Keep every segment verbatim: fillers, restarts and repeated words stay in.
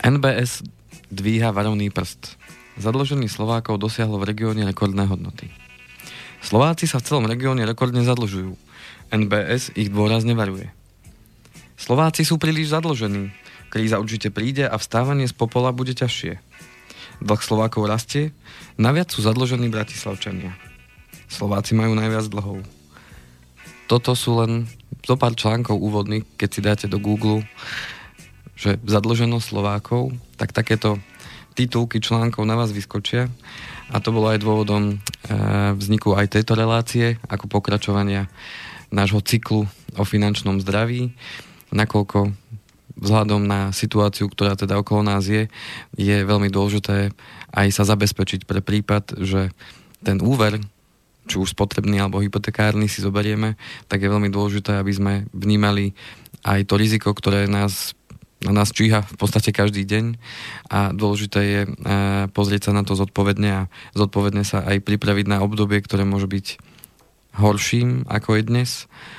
en bé es dvíha varovný prst. Zadlženie Slovákov dosiahlo v regióne rekordné hodnoty. Slováci sa v celom regióne rekordne zadlžujú. en bé es ich dôrazne varuje. Slováci sú príliš zadlžení. Kríza určite príde a vstávanie z popola bude ťažšie. Dlh Slovákov rastie, naviac sú zadlžení Bratislavčania. Slováci majú najviac dlhov. Toto sú len zo pár článkov úvodných, keď si dáte do Google, že zadlženosť Slovákov, tak takéto titulky článkov na vás vyskočia a to bolo aj dôvodom e, vzniku aj tejto relácie, ako pokračovania nášho cyklu o finančnom zdraví, nakoľko vzhľadom na situáciu, ktorá teda okolo nás je, je veľmi dôležité aj sa zabezpečiť pre prípad, že ten úver, či už spotrebný alebo hypotekárny si zoberieme, tak je veľmi dôležité, aby sme vnímali aj to riziko, ktoré nás, na nás číha v podstate každý deň a dôležité je e, pozrieť sa na to zodpovedne a zodpovedne sa aj pripraviť na obdobie, ktoré môže byť horším ako je dnes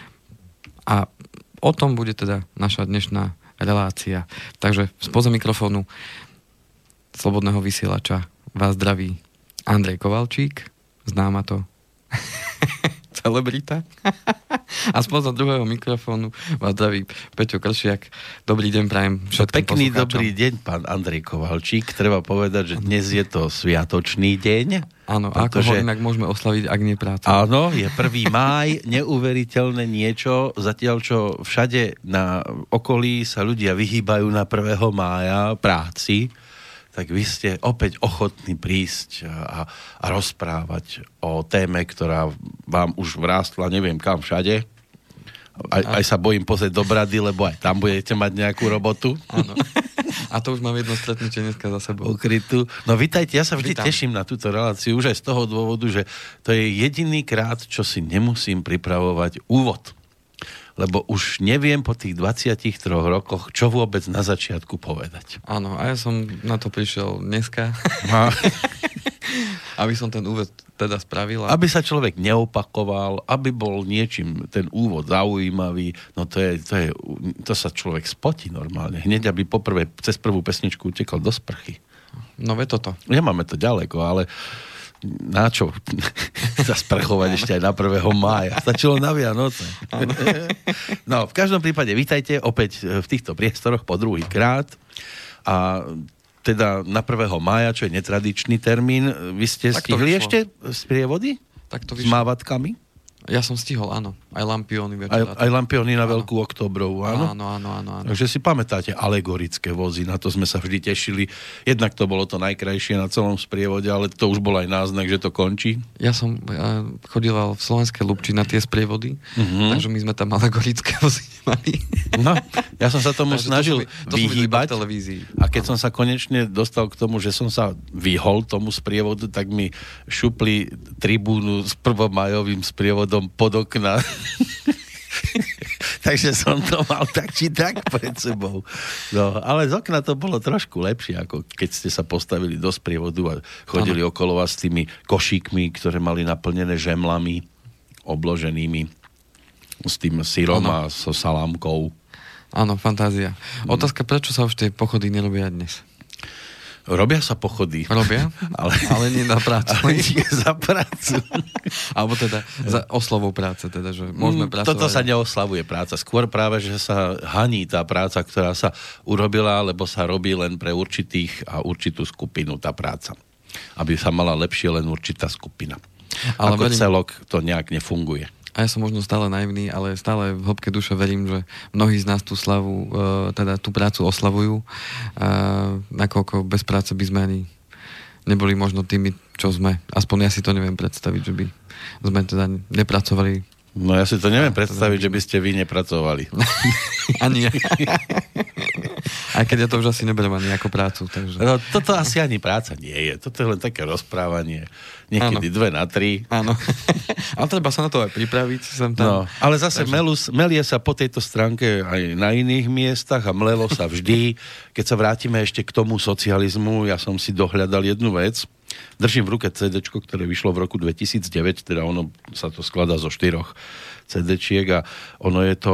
a o tom bude teda naša dnešná relácia. Takže spoza mikrofónu Slobodného vysielača vás zdraví Andrej Kovalčík, známa to celebrita. A spoza druhého mikrofónu vás zdraví Peťo Kršiak. Dobrý deň prajem všetkým Pekný poslucháčom. Dobrý deň, pán Andrej Kovalčík. Treba povedať, že dnes je to sviatočný deň. Áno, pretože... ako ho inak môžeme oslaviť, ak nie práca. Áno, je prvý máj, neuveriteľné niečo, zatiaľ čo všade na okolí sa ľudia vyhýbajú na prvého mája práci, tak vy ste opäť ochotní prísť a, a rozprávať o téme, ktorá vám už vrástla neviem kam všade. Aj, aj sa bojím pozrieť do brady, lebo aj tam budete mať nejakú robotu. Áno. A to už mám jedno stretnutie dneska za sebou. Ukrytú. No vitajte, ja sa vždy Vítam. Teším na túto reláciu, už aj z toho dôvodu, že to je jediný krát, čo si nemusím pripravovať úvod. Lebo už neviem po tých dvadsiatich troch rokoch, čo vôbec na začiatku povedať. Áno, a ja som na to prišiel dneska. A... aby som ten úvod teda spravil. A... Aby sa človek neopakoval, aby bol niečím ten úvod zaujímavý, no to je, to je, to sa človek spotí normálne. Hneď, aby poprvé cez prvú pesničku utekal do sprchy. No ve toto. Nemáme to ďaleko, ale na čo sa sprchovať ešte aj na prvého mája? Stačilo na Vianoce. No, v každom prípade vítajte opäť v týchto priestoroch po druhý krát a teda na prvého mája, čo je netradičný termín. Vy ste tak stihli ešte sprievody? Tak to vyšlo. S mávatkami? Ja som stihol, áno. Aj lampióny. Aj, aj lampióny na áno. Veľkú oktobrovú, áno? Áno, áno, áno, áno. Takže si pamätáte alegorické vozy, na to sme sa vždy tešili. Jednak to bolo to najkrajšie na celom sprievode, ale to už bol aj náznak, že to končí. Ja som ja chodíval v Slovenskej Ľubči na tie sprievody, uh-huh. takže my sme tam alegorické vozy nemali. No, ja som sa tomu snažil to vyhýbať. A keď áno. som sa konečne dostal k tomu, že som sa vyhol tomu sprievodu, tak mi šupli tribúnu s prvomajovým sprievodom pod okna. Takže som to mal tak či tak pred sebou. No, ale z okna to bolo trošku lepšie, ako keď ste sa postavili do sprievodu a chodili ano. Okolo vás s tými košíkmi, ktoré mali naplnené žemlami, obloženými s tým syrom ano. A so salámkou. Áno, fantázia. Otázka, prečo sa už tie pochody nerobia dnes? Robia sa pochody. Robia? Ale, ale nie na prácu. Ale nie za prácu. Alebo teda za oslavou práce, teda, že môžeme pracovať. Toto sa neoslavuje práca. Skôr práve, že sa haní tá práca, ktorá sa urobila, lebo sa robí len pre určitých a určitú skupinu tá práca. Aby sa mala lepšie len určitá skupina. Ale ako verím, celok to nejak nefunguje. A ja som možno stále naivný, ale stále v hĺbke duše verím, že mnohí z nás tú slavu, teda tú prácu oslavujú. A nakoľko bez práce by sme ani neboli možno tými, čo sme. Aspoň ja si to neviem predstaviť, že by sme teda nepracovali. No ja si to neviem predstaviť, teda, že by ste vy nepracovali. Ani ja. Aj keď ja to už asi neberiem ani ako prácu. Takže... No toto asi ani práca nie je. Toto je len také rozprávanie. Niekedy ano. Dve na tri. Áno. Ale treba sa na to aj pripraviť. Sem tam. No, ale zase takže... melus, melie sa po tejto stránke aj na iných miestach a mlelo sa vždy. Keď sa vrátime ešte k tomu socializmu, ja som si dohľadal jednu vec. Držím v ruke cé déčko, ktoré vyšlo v roku dvetisícdeväť, teda ono sa to skladá zo štyroch cé déčiek a ono je to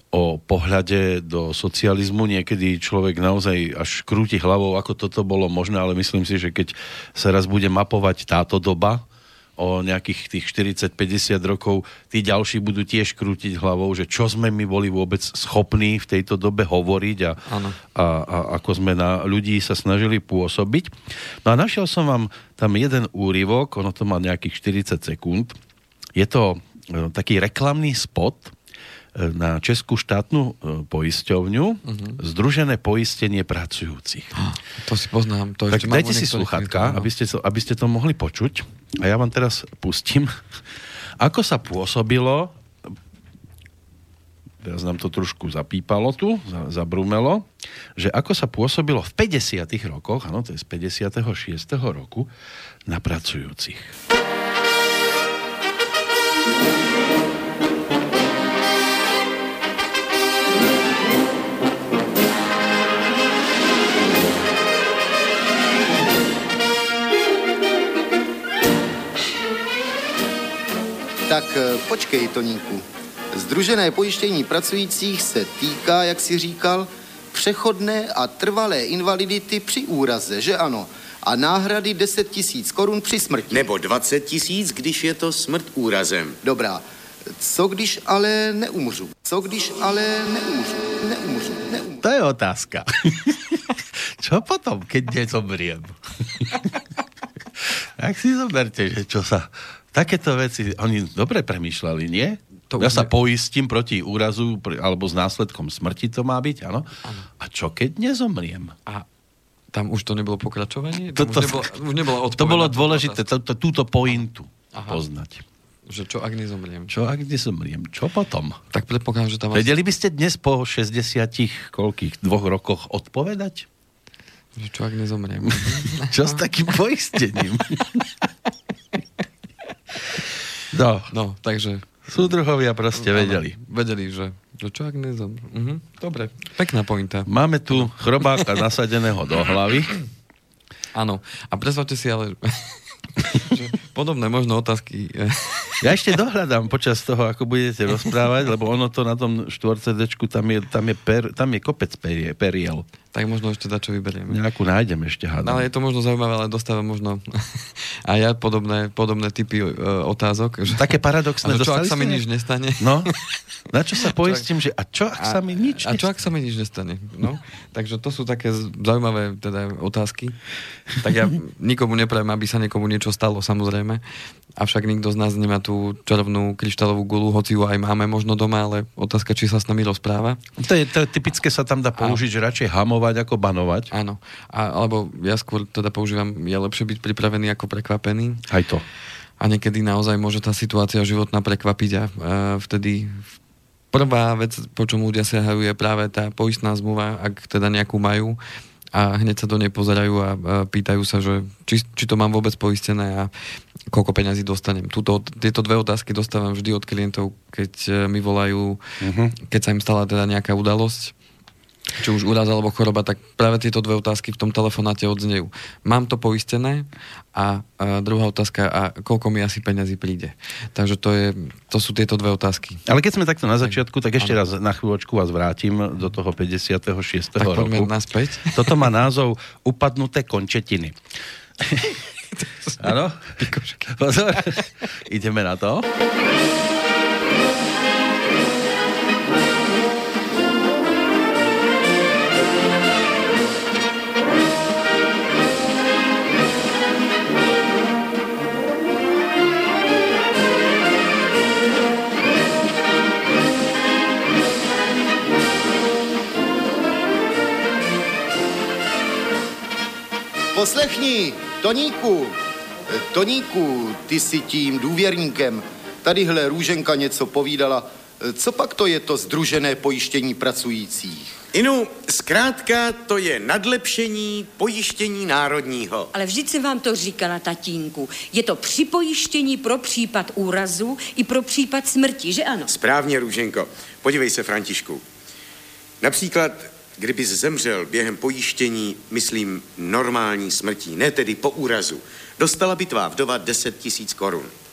o pohľade do socializmu. Niekedy človek naozaj až krúti hlavou, ako toto bolo možné, ale myslím si, že keď sa raz bude mapovať táto doba, o nejakých tých štyridsať päťdesiat rokov, tí ďalší budú tiež krútiť hlavou, že čo sme my boli vôbec schopní v tejto dobe hovoriť a, a, a ako sme na ľudí sa snažili pôsobiť. No a našiel som vám tam jeden úryvok, ono to má nejakých štyridsať sekúnd. Je to e, taký reklamný spot e, na Českú štátnu e, poisťovňu, uh-huh. Združené poistenie pracujúcich. To si poznám. To tak ešte dajte si sluchátka, aby ste, to, aby ste to mohli počuť. A ja vám teraz pustím, ako sa pôsobilo, teraz nám to trošku zapípalo tu, zabrumelo, že ako sa pôsobilo v päťdesiatych rokoch, áno, to je z päťdesiateho šiesteho roku, na pracujúcich. Tak počkej, Toníku. Sdružené pojištění pracujících se týká, jak si říkal, přechodné a trvalé invalidity při úraze, že ano? A náhrady deset tisíc korun při smrti. Nebo dvacet tisíc, když je to smrt úrazem. Dobrá. Co když ale neumřu? Co když ale neumřu? Neumřu, neumřu. To je otázka. Čo potom, keď nezomriem? Tak si zoberte, že čo sa... Takéto veci, oni dobre premýšľali, nie? To ja sa ne... poistím proti úrazu, alebo s následkom smrti to má byť, áno? Ano. A čo keď nezomriem? A tam už to nebolo pokračovanie? To, tam to, už, nebola, už nebola odpoveď. To bolo dôležité, to, to, túto pointu Aha. poznať. Že čo ak nezomriem? Čo ak nezomriem? Čo potom? Tak predpokladám, že tam... Vedeli by ste dnes po šesťdesiatich koľkých dvoch rokoch odpovedať? Že čo ak nezomriem? Čo s takým poistením? No, no, takže... Súdruhovia proste áno, vedeli. Vedeli, že, že čo ak nezom... Uh-huh. Dobre, pekná pointa. Máme tu chrobáka nasadeného do hlavy. Áno, a predstavte si ale... že podobné možno otázky... Ja ešte dohľadám počas toho, ako budete rozprávať, lebo ono to na tom štvorcedečku, tam je, tam je, per, tam je kopec perie, periel. Tak možno ešte dačo vyberieme. Nejakú nájdem ešte, hádam. No, ale je to možno zaujímavé, ale dostávam možno a ja podobné, podobné typy e, otázok. Že... Také paradoxné. A čo, ak sa mi nič nestane? No, na čo sa poistím, že a čo, ak a, sa mi nič nestane? A čo, ak sa mi nič nestane? No, takže to sú také zaujímavé teda otázky. Tak ja nikomu neprajem, aby sa niekomu niečo stalo, samozrejme. Avšak nikto z nás nemá tú čarovnú kryštálovú gulu, hoci ju aj máme možno doma, ale otázka, či sa s nami rozpráva. To je, to je typické, sa tam dá použiť, a... že radšej hamovať ako banovať. Áno. A, alebo ja skôr teda používam, je lepšie byť pripravený ako prekvapený. Aj to. A niekedy naozaj môže tá situácia životná prekvapiť a, a vtedy prvá vec, po čom ľudia siahajú, je práve tá poistná zmluva, ak teda nejakú majú a hneď sa do nej pozerajú a, a pýtajú sa, že či, či to mám vôbec poistené a koľko peňazí dostanem. Tuto, tieto dve otázky dostávam vždy od klientov, keď mi volajú, uh-huh. keď sa im stala teda nejaká udalosť, či už úraz alebo choroba, tak práve tieto dve otázky v tom telefonáte odznejú. Mám to poistené? A, a druhá otázka, a koľko mi asi peňazí príde? Takže to, je, to sú tieto dve otázky. Ale keď sme takto na začiatku, tak ešte raz na chvíľočku vás vrátim do toho päťdesiateho šiesteho roku. Tak poďme naspäť. Toto má názov Upadnuté končetiny. Áno? Pozor. Ideme na to. Poslechni, Toníku, Toníku, ty si tím důvěrníkem. Tadyhle Růženka něco povídala. Co pak to je to sdružené pojištění pracujících? Inu, zkrátka to je nadlepšení pojištění národního. Ale vždyť jsem vám to říkala, tatínku. Je to připojištění pro případ úrazu i pro případ smrti, že ano? Správně, Růženko. Podívej se, Františku. Například, kdybys zemřel během pojištění, myslím, normální smrtí, ne tedy po úrazu, dostala by tvá vdova deset tisíc korun.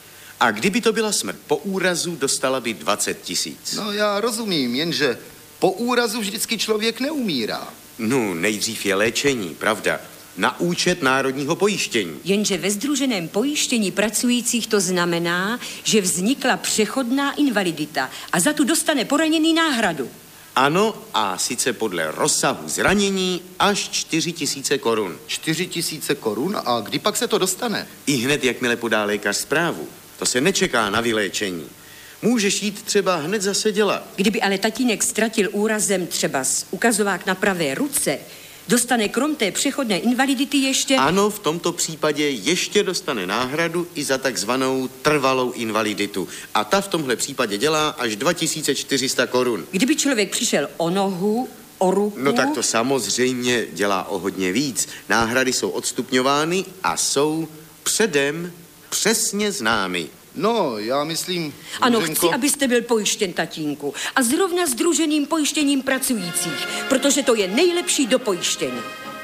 A kdyby to byla smrt po úrazu, dostala by dvacet tisíc. No já rozumím, jenže po úrazu vždycky člověk neumírá. No, nejdřív je léčení, pravda. Na účet národního pojištění. Jenže ve sdruženém pojištění pracujících to znamená, že vznikla přechodná invalidita a za tu dostane poraněný náhradu. Ano, a sice podle rozsahu zranění až čtyři tisíce korun. Čtyři tisíce korun? A kdy pak se to dostane? I hned, jakmile podá lékař zprávu. To se nečeká na vyléčení. Můžeš jít třeba hned zase dělat. Kdyby ale tatínek ztratil úrazem třeba z ukazovák na pravé ruce, dostane krom té přechodné invalidity ještě... Ano, v tomto případě ještě dostane náhradu i za takzvanou trvalou invaliditu. A ta v tomhle případě dělá až dva tisíce čtyři sta korun. Kdyby člověk přišel o nohu, o ruku... No tak to samozřejmě dělá o hodně víc. Náhrady jsou odstupňovány a jsou předem přesně známy. No, já myslím... Ano, Zdenko... chci, abyste byl pojištěn, tatínku. A zrovna sdruženým pojištěním pracujících, protože to je nejlepší do pojištění.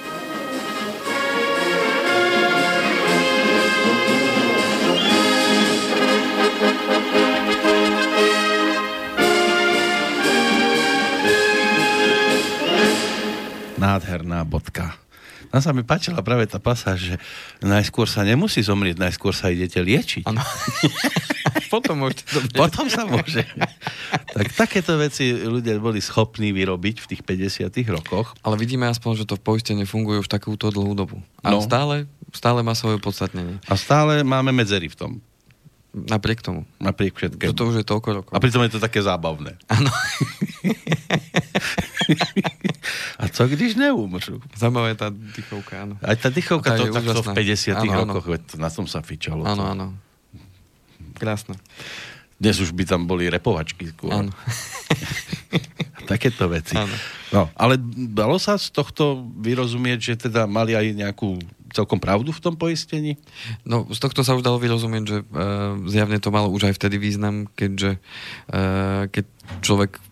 Nádherná bodka. Nám sa mi páčila práve tá pasáž, že najskôr sa nemusí zomrieť, najskôr sa idete liečiť. Áno. Potom môžete zomrieť. Potom sa môže. Tak takéto veci ľudia boli schopní vyrobiť v tých päťdesiatych rokoch. Ale vidíme aspoň, že to v poistení funguje už takúto dlhú dobu. A No. stále, stále má svoje podstatnenie. A stále máme medzery v tom. Napriek tomu. Napriek všetkému. Že to už je toľko rokov. A pritom je to také zábavné. Áno. A co když neumřu? Zaujímavá je tá dýchovka, áno. Aj tá dýchovka, Tá to je takto v úžasná. päťdesiatych Áno, áno. rokoch, veď to na tom sa fičalo. Áno, to. áno. Krásne. Dnes už by tam boli repovačky skôr. Áno. Takéto veci. Áno. No, ale dalo sa z tohto vyrozumieť, že teda mali aj nejakú celkom pravdu v tom poistení? No, z tohto sa už dalo vyrozumieť, že uh, zjavne to malo už aj vtedy význam, keďže uh, keď človek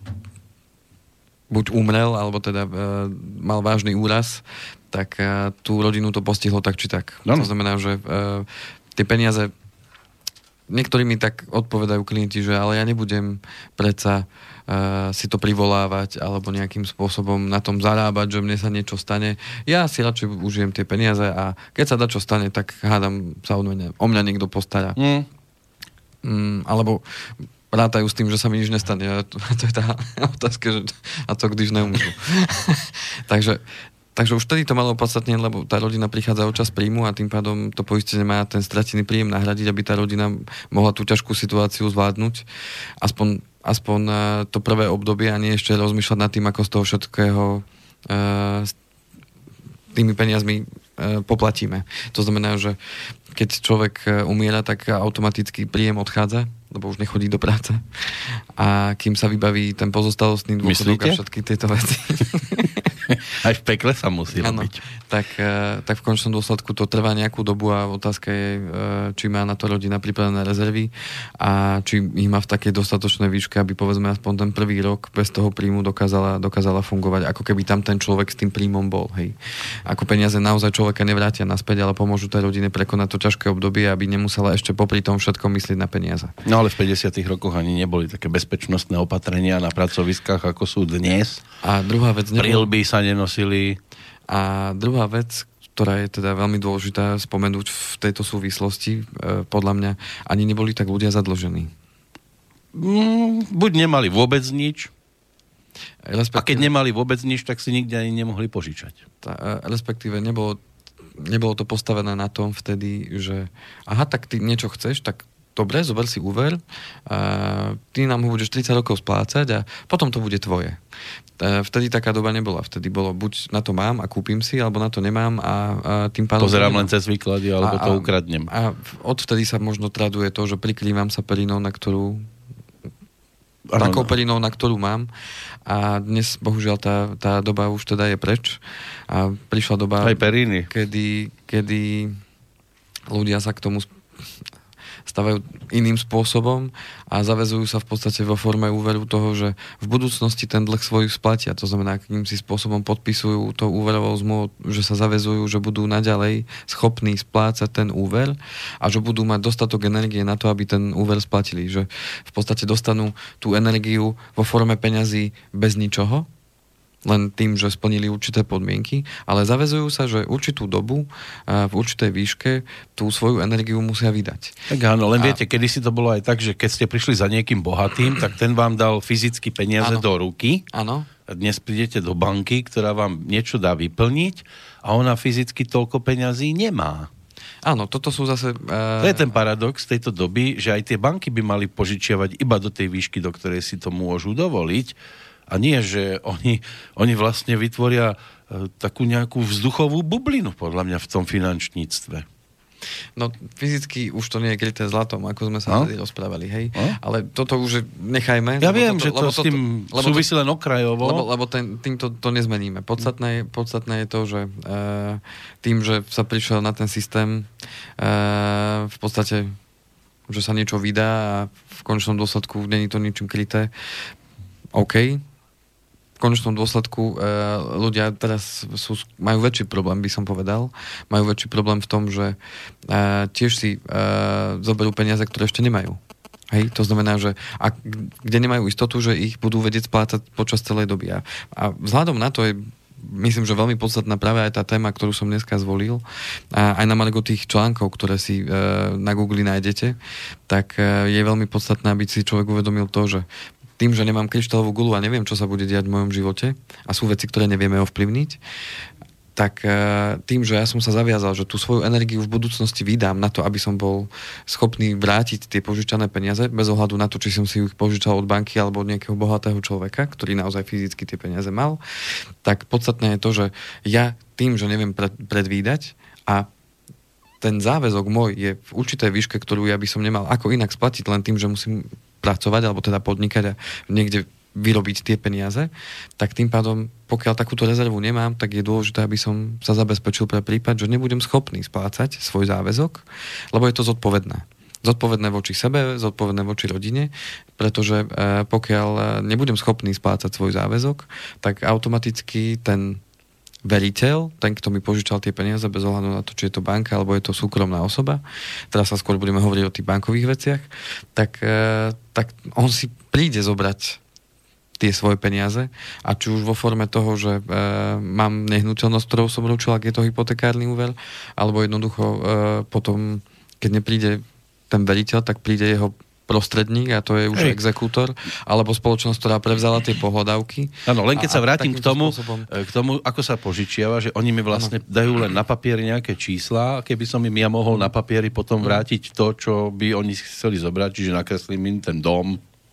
buď umrel, alebo teda uh, mal vážny úraz, tak uh, tú rodinu to postihlo tak či tak. No, no. To znamená, že uh, tie peniaze, niektorí mi tak odpovedajú klienti, že ale ja nebudem predsa uh, si to privolávať alebo nejakým spôsobom na tom zarábať, že mne sa niečo stane. Ja si radšej užijem tie peniaze a keď sa dá čo stane, tak hádam sa o mňa, o mňa niekto postará. Mm. Mm, alebo rátajú s tým, že sa mi nič nestane. A to, to je tá otázka, že a co když neumřu. takže, takže už vtedy to malo podstatne, lebo tá rodina prichádza o čas príjmu a tým pádom to poistenie má ten stratený príjem nahradiť, aby tá rodina mohla tú ťažkú situáciu zvládnuť. Aspoň, aspoň to prvé obdobie a nie ešte rozmýšľať nad tým, ako z toho všetkého uh, s tými peniazmi uh, poplatíme. To znamená, že keď človek umiera, tak automaticky príjem odchádza, lebo už nechodí do práce. A kým sa vybaví ten pozostalostný dôchodok a všetky tieto veci. Aj v pekle sa musí ano, robiť. tak, tak v končnom dôsledku to trvá nejakú dobu a otázka je, či má na to rodina pripravené rezervy a či ich má v takej dostatočnej výške, aby povedzme aspoň ten prvý rok bez toho príjmu dokázala, dokázala fungovať, ako keby tam ten človek s tým príjmom bol. Hej. Ako peniaze naozaj človeka nevrátia naspäť, ale pomôžu tej rodine prekonať to ťažké obdobie, aby nemusela ešte popri tom všetkom myslieť na peniaze. No ale v päťdesiatych rokoch ani neboli také bezpečnostné opatrenia na pracoviskách, ako sú dnes. A druhá vec... Prilby sa nenosili. A druhá vec, ktorá je teda veľmi dôležitá spomenúť v tejto súvislosti, e, podľa mňa, ani neboli tak ľudia zadlžení. Mm, buď nemali vôbec nič, Respektíve, a keď nemali vôbec nič, tak si nikde ani nemohli požičať. tá, respektíve nebolo, nebolo to postavené na tom vtedy, že aha, tak ty niečo chceš, tak dobre, zober si úver, a ty nám ho budeš tridsať rokov splácať a potom to bude tvoje. Vtedy taká doba nebola. Vtedy bolo, buď na to mám a kúpim si, alebo na to nemám a, a tým pádom... Pozerám len cez výklady, alebo a, to ukradnem. A odvtedy sa možno traduje to, že prikrývam sa perinou, na ktorú... Ano, takou no. perinou, na ktorú mám. A dnes, bohužiaľ, tá, tá doba už teda je preč. A prišla doba... Aj periny. Kedy, kedy ľudia sa k tomu stavajú iným spôsobom a zaväzujú sa v podstate vo forme úveru toho, že v budúcnosti ten dlh svoj splatia. To znamená, akým si spôsobom podpisujú to úverovou zmluvu, že sa zaväzujú, že budú naďalej schopní splácať ten úver a že budú mať dostatok energie na to, aby ten úver splatili. Že v podstate dostanú tú energiu vo forme peňazí bez ničoho, len tým, že splnili určité podmienky, ale zaväzujú sa, že určitú dobu v určitej výške tú svoju energiu musia vydať. Tak áno, len a... viete, kedysi to bolo aj tak, že keď ste prišli za niekým bohatým, tak ten vám dal fyzicky peniaze áno. do ruky. Áno. A dnes prídete do banky, ktorá vám niečo dá vyplniť a ona fyzicky toľko peňazí nemá. Áno, toto sú zase... Uh... To je ten paradox tejto doby, že aj tie banky by mali požičiavať iba do tej výšky, do ktorej si to môžu dovoliť. A nie, že oni, oni vlastne vytvoria e, takú nejakú vzduchovú bublinu, podľa mňa, v tom finančníctve. No, fyzicky už to nie je kryté zlatom, ako sme sa no? rozprávali, hej. No? Ale toto už nechajme. Ja viem, toto, že to s tým toto, súvisí len okrajovo. Lebo, lebo ten, týmto to nezmeníme. Podstatné je, podstatné je to, že e, tým, že sa prišiel na ten systém, e, v podstate, že sa niečo vydá a v konečnom dôsledku nie je to ničím kryté, OK. V konečnom dôsledku e, ľudia teraz sú, majú väčší problém, by som povedal. Majú väčší problém v tom, že e, tiež si e, zoberú peniaze, ktoré ešte nemajú. Hej? To znamená, že ak, kde nemajú istotu, že ich budú vedieť splácať počas celej doby. A, a vzhľadom na to je myslím, že veľmi podstatná práve aj tá téma, ktorú som dneska zvolil, a aj na margo tých článkov, ktoré si e, na Google nájdete, tak e, je veľmi podstatné, aby si človek uvedomil to, že tým, že nemám kryštálovú guľu a neviem, čo sa bude diať v mojom živote a sú veci, ktoré nevieme ovplyvniť, tak tým, že ja som sa zaviazal, že tú svoju energiu v budúcnosti vydám na to, aby som bol schopný vrátiť tie požičané peniaze, bez ohľadu na to, či som si ich požičal od banky alebo od nejakého bohatého človeka, ktorý naozaj fyzicky tie peniaze mal, tak podstatné je to, že ja tým, že neviem pred, predvídať a ten záväzok môj je v určitej výške, ktorú ja by som nemal ako inak splatiť, len tým, že musím pracovať, alebo teda podnikať a niekde vyrobiť tie peniaze, tak tým pádom, pokiaľ takúto rezervu nemám, tak je dôležité, aby som sa zabezpečil pre prípad, že nebudem schopný splácať svoj záväzok, lebo je to zodpovedné. Zodpovedné voči sebe, zodpovedné voči rodine, pretože e, pokiaľ nebudem schopný splácať svoj záväzok, tak automaticky ten veriteľ, ten, kto mi požičal tie peniaze, bez ohľadu na to, či je to banka, alebo je to súkromná osoba, teraz sa skôr budeme hovoriť o tých bankových veciach, tak, e, tak on si príde zobrať tie svoje peniaze a či už vo forme toho, že e, mám nehnuteľnosť, ktorou som ručil, ak je to hypotekárny úver, alebo jednoducho e, potom, keď nepríde ten veriteľ, tak príde jeho prostredník a to je už Hej. exekútor, alebo spoločnosť, ktorá prevzala tie pohľadávky. Áno, len keď a, sa vrátim k tomu, spôsobom... k tomu, ako sa požičiava, že oni mi vlastne ano. dajú len na papieri nejaké čísla, keby som im ja mohol na papieri potom vrátiť to, čo by oni chceli zobrať, čiže nakreslím im ten dom.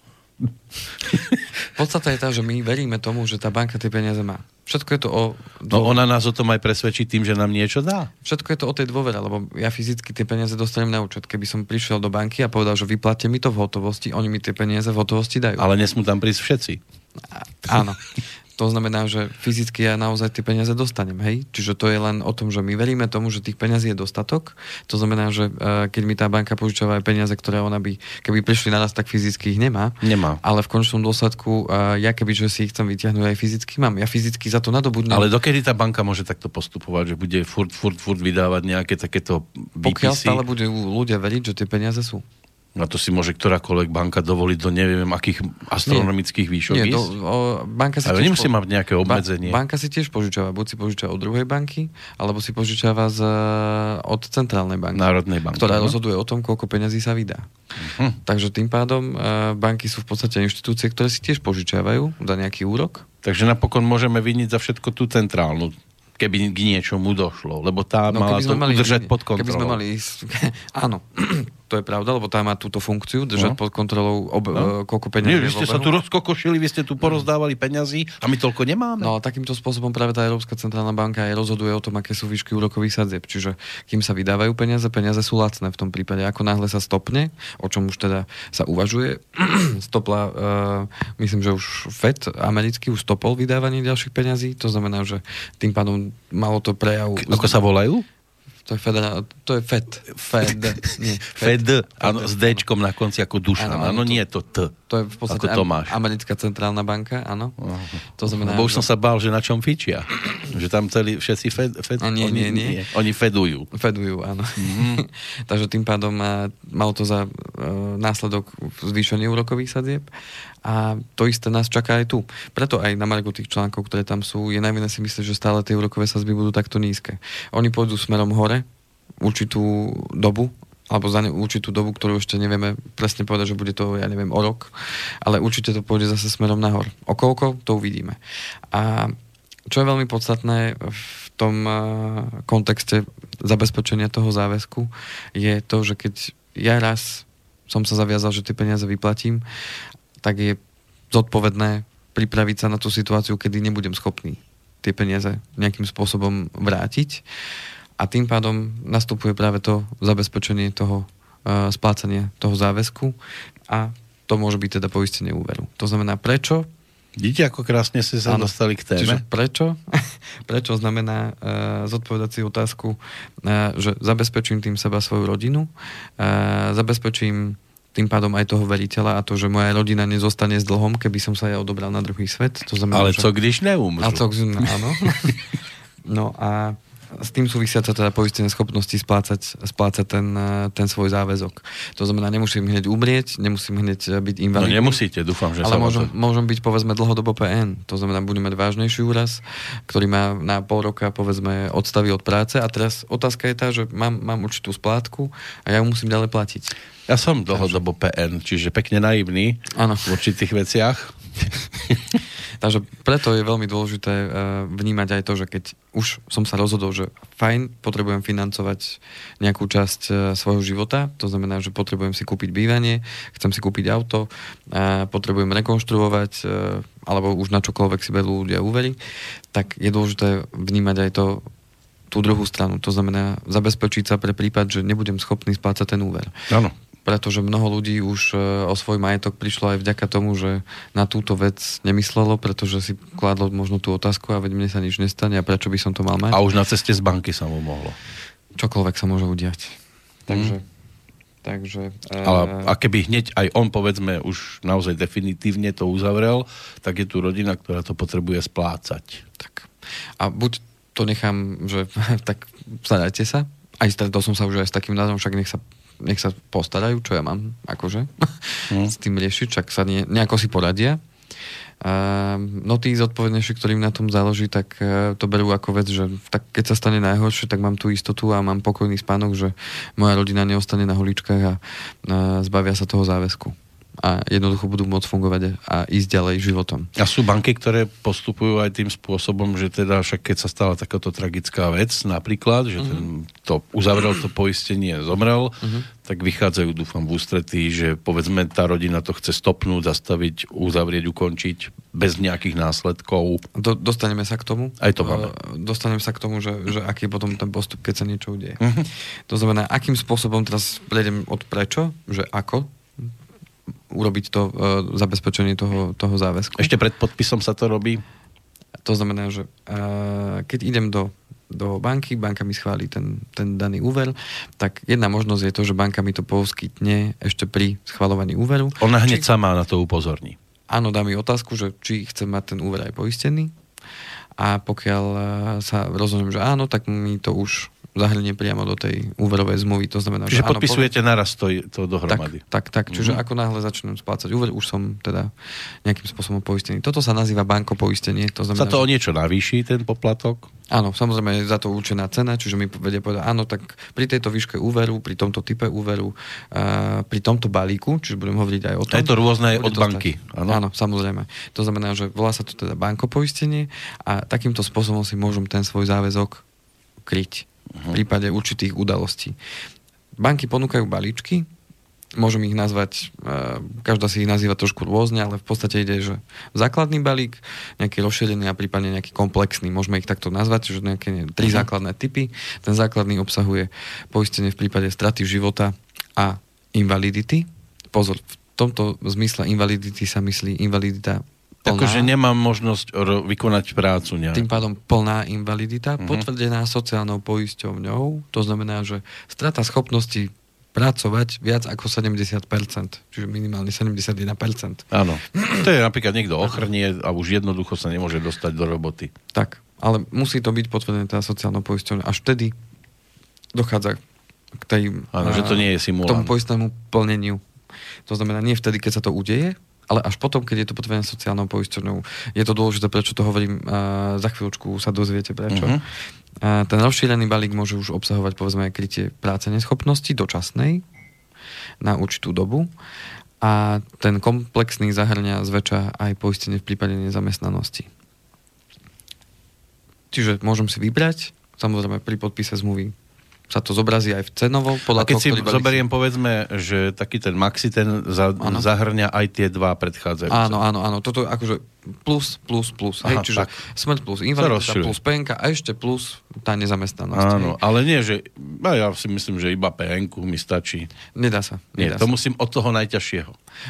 Podstata je tá, že my veríme tomu, že tá banka tie peniaze má. Všetko je to o... No ona nás o tom aj presvedčí tým, že nám niečo dá. Všetko je to o tej dôvere, lebo ja fyzicky tie peniaze dostanem na účet. Keby som prišiel do banky a povedal, že vyplatte mi to v hotovosti, oni mi tie peniaze v hotovosti dajú. Ale nesmú tam prísť všetci. A, áno. To znamená, že fyzicky ja naozaj tie peniaze dostanem, hej? Čiže to je len o tom, že my veríme tomu, že tých peniazí je dostatok. To znamená, že uh, keď mi tá banka požičava aj peniaze, ktoré ona by, keby prišli naraz, tak fyzicky ich nemá. Nemá. Ale v končnom dôsledku uh, ja keby, že si ich chcem vyťahnuť, aj fyzicky mám. Ja fyzicky za to nadobudnem. Ale dokedy tá banka môže takto postupovať, že bude furt, furt, furt vydávať nejaké takéto výpisy? Pokiaľ stále budú ľudia veriť, že tie peniaze sú. A to si môže ktorákoľvek banka dovoliť do neviem akých astronomických výšok Nie, ísť? to, o, banka si ale tiež nemusí po... mať nejaké obmedzenie. Ba- banka si tiež požičava. Buď si požičava od druhej banky, alebo si požičava z, od centrálnej banky. Národnej banky. Ktorá no? rozhoduje o tom, koľko peňazí sa vydá. Uh-huh. Takže tým pádom uh, banky sú v podstate inštitúcie, ktoré si tiež požičiavajú za nejaký úrok. Takže napokon môžeme viniť za všetko tú centrálnu, keby k niečomu došlo, lebo tá no, mala to mali, udržať pod kontrolou. Keby sme mali ísť... Áno, to je pravda, lebo tá má túto funkciu, držať no. pod kontrolou ob, no. koľko peňazí. Nie, vy ste sa tu rozkokošili, vy ste tu porozdávali peňazí a my toľko nemáme. No a takýmto spôsobom práve tá Európska centrálna banka aj rozhoduje o tom, aké sú výšky úrokových sadzieb. Čiže kým sa vydávajú peniaze, peniaze sú lacné v tom prípade. Ako náhle sa stopne, o čom už teda sa uvažuje, stopla, uh, myslím, že už Fed americký už stopol vydávanie ďalších peňazí, to znamená, že tým pádom malo to prejav... Ako sa volajú? To je federál, to je Fed. Fed, nie. Fed, áno, s Dčkom na konci ako Dušan. Áno, nie je to T. To je v podstate ako Tomáš. Americká centrálna banka, áno. Uh-huh. To znamená, Lebo už že... som sa bál, že na čom fičia. Že tam celí všetci Fed... fed A nie, oni, nie, nie. Oni fedujú. Fedujú, áno. Mm-hmm. Takže tým pádom uh, malo to za uh, následok zvýšenie úrokových sadzieb a to isté nás čaká aj tu. Preto aj na margu tých článkov, ktoré tam sú, je najmä si myslieť, že stále tie úrokové sadzby budú takto nízke. Oni pôjdu smerom hore určitú dobu, alebo za ne, určitú dobu, ktorú ešte nevieme presne povedať, že bude to, ja neviem, o rok, ale určite to pôjde zase smerom nahor. O koľko, to uvidíme. A čo je veľmi podstatné v tom uh, kontexte zabezpečenia toho záväzku, je to, že keď ja raz som sa zaviazal, že tie peniaze vyplatím, tak je zodpovedné pripraviť sa na tú situáciu, kedy nebudem schopný tie peniaze nejakým spôsobom vrátiť. A tým pádom nastupuje práve to zabezpečenie toho uh, splácania toho záväzku a to môže byť teda poistenie úveru. To znamená prečo? Vidíte, ako krásne ste sa ano. dostali k téme? Čiže prečo? Prečo znamená uh, zodpovedať si otázku, uh, že zabezpečím tým seba svoju rodinu, uh, zabezpečím tým pádom aj toho veriteľa a to, že moja rodina nezostane s dlhom, keby som sa ja odobral na druhý svet. To znamená, ale že... co když neumřu? Ale co, áno. No a s tým súvisiaca teda poistenie schopnosti splácať, splácať ten, ten svoj záväzok. To znamená, nemusím hneď umrieť, nemusím hneď byť invalidný. No nemusíte, dúfam, že ale sa môžem, to... môžem byť, povedzme, dlhodobo pé en. To znamená, budem mať vážnejší úraz, ktorý má na pol roka, povedzme, odstavy od práce a teraz otázka je tá, že mám, mám určitú splátku a ja ju musím ďalej platiť. Ja som dlhodobo pé en, čiže pekne naivný ano. v určitých veciach. Takže preto je veľmi dôležité uh, vnímať aj to, že keď už som sa rozhodol, že fajn, potrebujem financovať nejakú časť uh, svojho života, to znamená, že potrebujem si kúpiť bývanie, chcem si kúpiť auto, uh, potrebujem rekonštruovať, uh, alebo už na čokoľvek si berú ľudia úvery, tak je dôležité vnímať aj to, tú druhú stranu. To znamená zabezpečiť sa pre prípad, že nebudem schopný splácať ten úver. Áno. Pretože mnoho ľudí už o svoj majetok prišlo aj vďaka tomu, že na túto vec nemyslelo, pretože si kládlo možno tú otázku a veď mne sa nič nestane a prečo by som to mal mať. A už na ceste z banky sa mu mohlo. Čokoľvek sa môže udiať. Takže... Mm. takže Ale a keby hneď aj on, povedzme, už naozaj definitívne to uzavrel, tak je tu rodina, ktorá to potrebuje splácať. Tak. A buď to nechám, že tak starajte sa, aj stretol som sa už aj s takým názvom, však nech sa nech sa postarajú, čo ja mám, akože, mm. s tým riešiť, čak sa nie, nejako si poradia. Uh, no tí zodpovednejší, ktorým na tom záleží, tak uh, to berú ako vec, že tak keď sa stane najhoršie, tak mám tú istotu a mám pokojný spánok, že moja rodina neostane na holičkách a uh, zbavia sa toho záväzku. A jednoducho budú môcť fungovať a ísť ďalej životom. A sú banky, ktoré postupujú aj tým spôsobom, že teda však keď sa stala takáto tragická vec, napríklad, že ten, to uzavrel to poistenie, zomrel, uh-huh. tak vychádzajú, dúfam, v ústretí, že povedzme tá rodina to chce stopnúť, zastaviť, uzavrieť, ukončiť bez nejakých následkov. Do, dostaneme sa k tomu. Aj to máme. Dostaneme sa k tomu, že, že aký je potom ten postup, keď sa niečo udeje. Uh-huh. To znamená, akým spôsobom teraz prejdem od prečo, že ako urobiť to uh, zabezpečenie toho, toho záväzku. Ešte pred podpisom sa to robí? To znamená, že uh, keď idem do, do banky, banka mi schváli ten, ten daný úver, tak jedna možnosť je to, že banka mi to poskytne ešte pri schvaľovaní úveru. Ona hneď či, sama na to upozorní. Áno, dá mi otázku, že či chcem mať ten úver aj poistený a pokiaľ uh, sa rozhodnem, že áno, tak mi to už zahrnie priamo do tej úverovej zmluvy. To znamená, čiže že podpisujete áno, naraz to, to dohromady. Tak, tak, tak. Čiže mm-hmm. ako náhle začnem splácať úver, už som teda nejakým spôsobom poistený. Toto sa nazýva banko poistenie. To znamená, sa to že... o niečo navýši, ten poplatok? Áno, samozrejme je za to určená cena, čiže mi vedia povedať, áno, tak pri tejto výške úveru, pri tomto type úveru, uh, pri tomto balíku, čiže budem hovoriť aj o tom. Je to rôzne od banky. Áno? Áno, samozrejme. To znamená, že volá sa to teda banko poistenie a takýmto spôsobom si môžem ten svoj záväzok kryť v prípade určitých udalostí. Banky ponúkajú balíčky, môžem ich nazvať, každá si ich nazýva trošku rôzne, ale v podstate ide, že základný balík, nejaký rozšírený a prípadne nejaký komplexný, môžeme ich takto nazvať, že nejaké ne, tri uh-huh. základné typy. Ten základný obsahuje poistenie v prípade straty života a invalidity. Pozor, v tomto zmysle invalidity sa myslí invalidita Akože nemám možnosť ro- vykonať prácu nejak. Tým pádom plná invalidita, Mhm. potvrdená sociálnou poisťovňou, to znamená, že strata schopnosti pracovať viac ako sedemdesiat percent, čiže minimálne sedemdesiatjeden percent. Áno. To je napríklad niekto ochrnie a už jednoducho sa nemôže dostať do roboty. Tak, ale musí to byť potvrdené teda sociálnou poisťovňou. Až vtedy dochádza k tej... Áno, že to nie je k simulant. tomu poistnému plneniu. To znamená, nie vtedy, keď sa to udeje, ale až potom, keď je to potvrdené sociálnou poisťovňou. Je to dôležité, prečo to hovorím, uh, za chvíľučku sa dozviete prečo. Uh-huh. Uh, ten rozšírený balík môže už obsahovať, povedzme, aj krytie práce neschopnosti dočasnej na určitú dobu a ten komplexný zahrňa zväčša aj poistenie v prípade nezamestnanosti. Čiže môžem si vybrať, samozrejme pri podpise zmluvy sa to zobrazí aj v cenovo. A keď si zoberiem, si... povedzme, že taký ten maxi, ten za, zahrňa aj tie dva predchádzajúce. Áno, áno, áno. Toto akože plus, plus, plus. Aha, hej, čiže tak. Smrť plus invalidita plus penka a ešte plus tá nezamestnanosť. Áno, hej. Ale nie, že ja si myslím, že iba penku mi stačí. Nedá sa. Nie, Nedá to sa. musím od toho najťažšieho.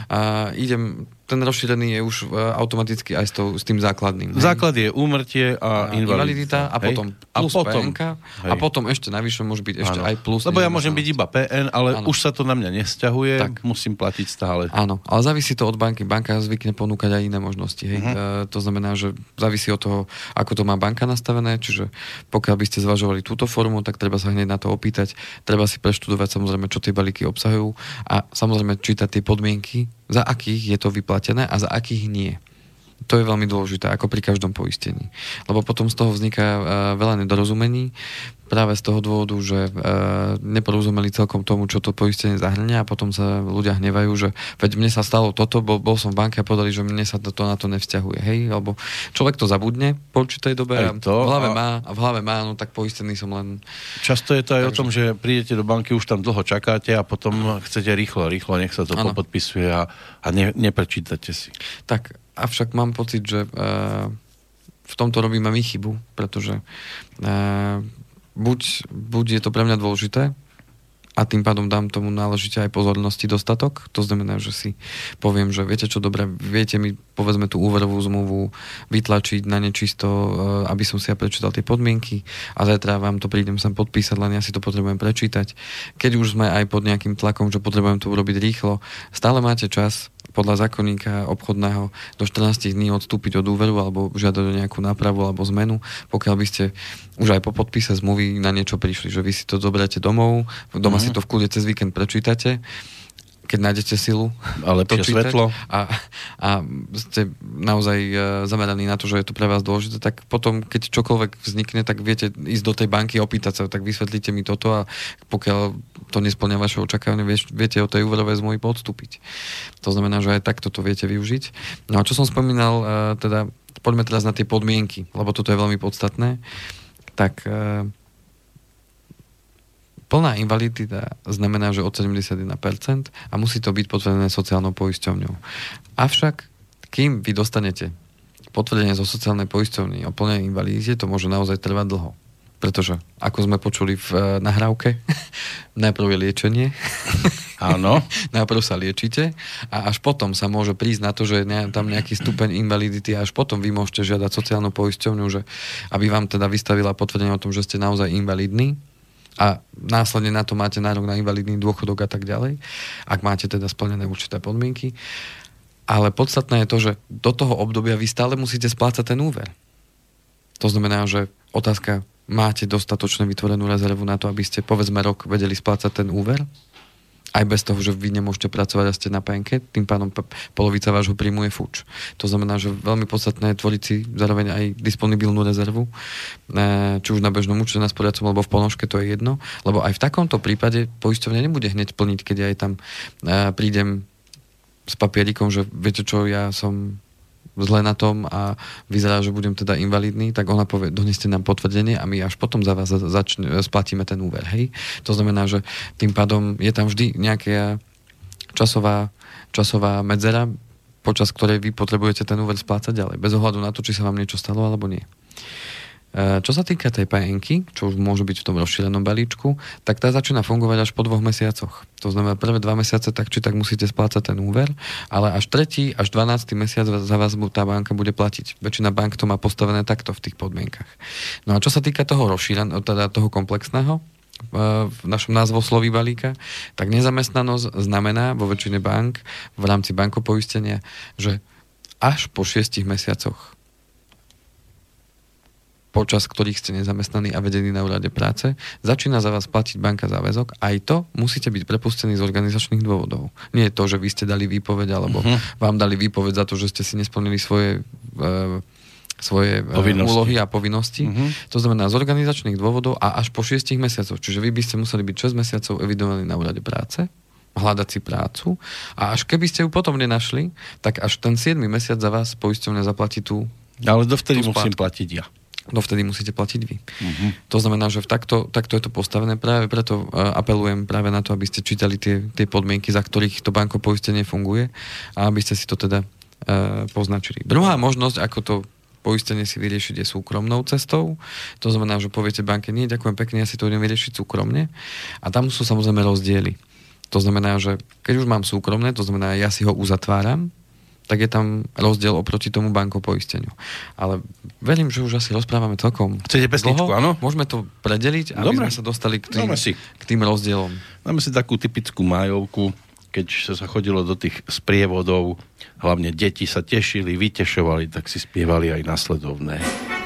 A idem, ten rozšírený je už uh, automaticky aj s, tou, s tým základným. Hej. Základ je úmrtie a, a invalidita. A potom hej. plus a potom, penka hej. A potom ešte navyše môže byť ešte áno. aj plus. Lebo ja môžem byť iba pé en, ale áno. už sa to na mňa nesťahuje, tak. Musím platiť stále. Áno, ale závisí to od banky. Banka zvykne ponúkať aj iné možnosti. Hej. Uh-huh. E, to znamená, že závisí od toho, ako to má banka nastavené, čiže pokiaľ by ste zvažovali túto formu, tak treba sa hneď na to opýtať. Treba si preštudovať samozrejme, čo tie balíky obsahujú a samozrejme čítať tie podmienky, za akých je to vyplatené a za akých nie. To je veľmi dôležité, ako pri každom poistení. Lebo potom z toho vzniká uh, veľa nedorozumení, práve z toho dôvodu, že uh, neporozumeli celkom tomu, čo to poistenie zahrňa a potom sa ľudia hnevajú, že veď mne sa stalo toto, bol, bol som v banke a povedali, že mne sa to, to na to nevzťahuje. Hej? Lebo človek to zabudne po určitej dobe a v hlave a... má, a v hlave má, no tak poistený som len... Často je to aj Takže... o tom, že prídete do banky, už tam dlho čakáte a potom chcete rýchlo, rýchlo, nech sa to ano. popodpisuje a, a ne, neprečítate si. Tak avšak mám pocit, že uh, v tomto robíme my chybu, pretože uh, buď, buď je to pre mňa dôležité a tým pádom dám tomu náležite aj pozornosti dostatok. To znamená, že si poviem, že viete čo, dobre, viete mi povedzme tú úverovú zmluvu vytlačiť na nečisto, uh, aby som si ja prečítal tie podmienky a zajtra vám to prídem sem podpísať, len ja si to potrebujem prečítať. Keď už sme aj pod nejakým tlakom, že potrebujem to urobiť rýchlo, stále máte čas podľa zákonníka obchodného do štrnásť dní odstúpiť od úveru alebo žiadať o nejakú nápravu alebo zmenu, pokiaľ by ste už aj po podpise zmluvy na niečo prišli, že vy si to zoberiete domov, doma mm-hmm. si to v kľude cez víkend prečítate, keď nájdete silu a lepšie svetlo a, a ste naozaj zameraní na to, že je to pre vás dôležité, tak potom, keď čokoľvek vznikne, tak viete ísť do tej banky, opýtať sa, tak vysvetlíte mi toto a pokiaľ to nespĺňa vaše očakávanie, viete o tej úverovej zmluvy podstúpiť. To znamená, že aj takto to viete využiť. No a čo som spomínal, teda poďme teraz na tie podmienky, lebo toto je veľmi podstatné. Tak plná invalidita znamená, že od sedemdesiatjeden percent a musí to byť potvrdené sociálnou poisťovňou. Avšak, kým vy dostanete potvrdenie zo sociálnej poisťovny o plnej invalidite, to môže naozaj trvať dlho. Pretože, ako sme počuli v uh, nahrávke, najprv je liečenie. Áno. Najprv sa liečite a až potom sa môže prísť na to, že je tam nejaký stupeň invalidity a až potom vy môžete žiadať sociálnu poisťovňu, že aby vám teda vystavila potvrdenie o tom, že ste naozaj invalidní a následne na to máte nárok na invalidný dôchodok a tak ďalej, ak máte teda splnené určité podmienky. Ale podstatné je to, že do toho obdobia vy stále musíte splácať ten úver. To znamená, že otázka, máte dostatočne vytvorenú rezervu na to, aby ste povedzme rok vedeli splácať ten úver? Aj bez toho, že vy nemôžete pracovať a ste na penke, tým pádom polovica vášho príjmu je fuč. To znamená, že veľmi podstatné je tvoriť si zároveň aj disponibilnú rezervu, či už na bežnom účte, na sporiacom, alebo v ponožke, to je jedno, lebo aj v takomto prípade poisťovňa nebude hneď plniť, keď ja aj tam prídem s papierikom, že viete čo, ja som zle na tom a vyzerá, že budem teda invalidný, tak ona povie, doneste nám potvrdenie a my až potom za vás začne, splatíme ten úver, hej? To znamená, že tým pádom je tam vždy nejaká časová, časová medzera, počas ktorej vy potrebujete ten úver splácať ďalej, bez ohľadu na to, či sa vám niečo stalo alebo nie. Čo sa týka tej pé enky, čo už môže byť v tom rozšírenom balíčku, tak tá začína fungovať až po dvoch mesiacoch. To znamená, prvé dva mesiace tak či tak musíte splácať ten úver, ale až tretí, až dvanásty mesiac za vás tá banka bude platiť. Väčšina bank to má postavené takto v tých podmienkach. No a čo sa týka toho rozšíreného, teda toho komplexného, v našom názvosloví balíka, tak nezamestnanosť znamená vo väčšine bank v rámci bankopoistenia, že až po šiestich mesiacoch, počas ktorých ste nezamestnaní a vedení na úrade práce, začína za vás platiť banka záväzok. Aj to musíte byť prepustení z organizačných dôvodov. Nie je to, že vy ste dali výpoveď, alebo uh-huh. vám dali výpoveď za to, že ste si nesplnili svoje e, svoje povinnosti. úlohy a povinnosti. Uh-huh. To znamená z organizačných dôvodov a až po šiestich mesiacoch. Čiže vy by ste museli byť šesť mesiacov evidovaní na úrade práce, hľadať si prácu a až keby ste ju potom nenašli, tak až ten siedmy mesiac za vás poisťovňa zaplatí tú Ale dovtedy tú musím platiť ja. Dovtedy musíte platiť vy. Uh-huh. To znamená, že v takto, takto je to postavené. Práve preto uh, apelujem práve na to, aby ste čítali tie, tie podmienky, za ktorých to bankopoistenie funguje a aby ste si to teda uh, poznačili. Druhá možnosť, ako to poistenie si vyriešiť je súkromnou cestou. To znamená, že poviete banke, nie, ďakujem pekne, ja si to idem vyriešiť súkromne. A tam sú samozrejme rozdiely. To znamená, že keď už mám súkromné, to znamená, ja si ho uzatváram, tak je tam rozdiel oproti tomu bankopoisteniu. Ale verím, že už asi rozprávame celkom Chcete pesničku, áno? Môžeme to predeliť, aby Dobre. sme sa dostali k tým, k tým rozdielom. Dáme si takú typickú májovku, keď sa chodilo do tých sprievodov, hlavne deti sa tešili, vytešovali, tak si spievali aj nasledovné.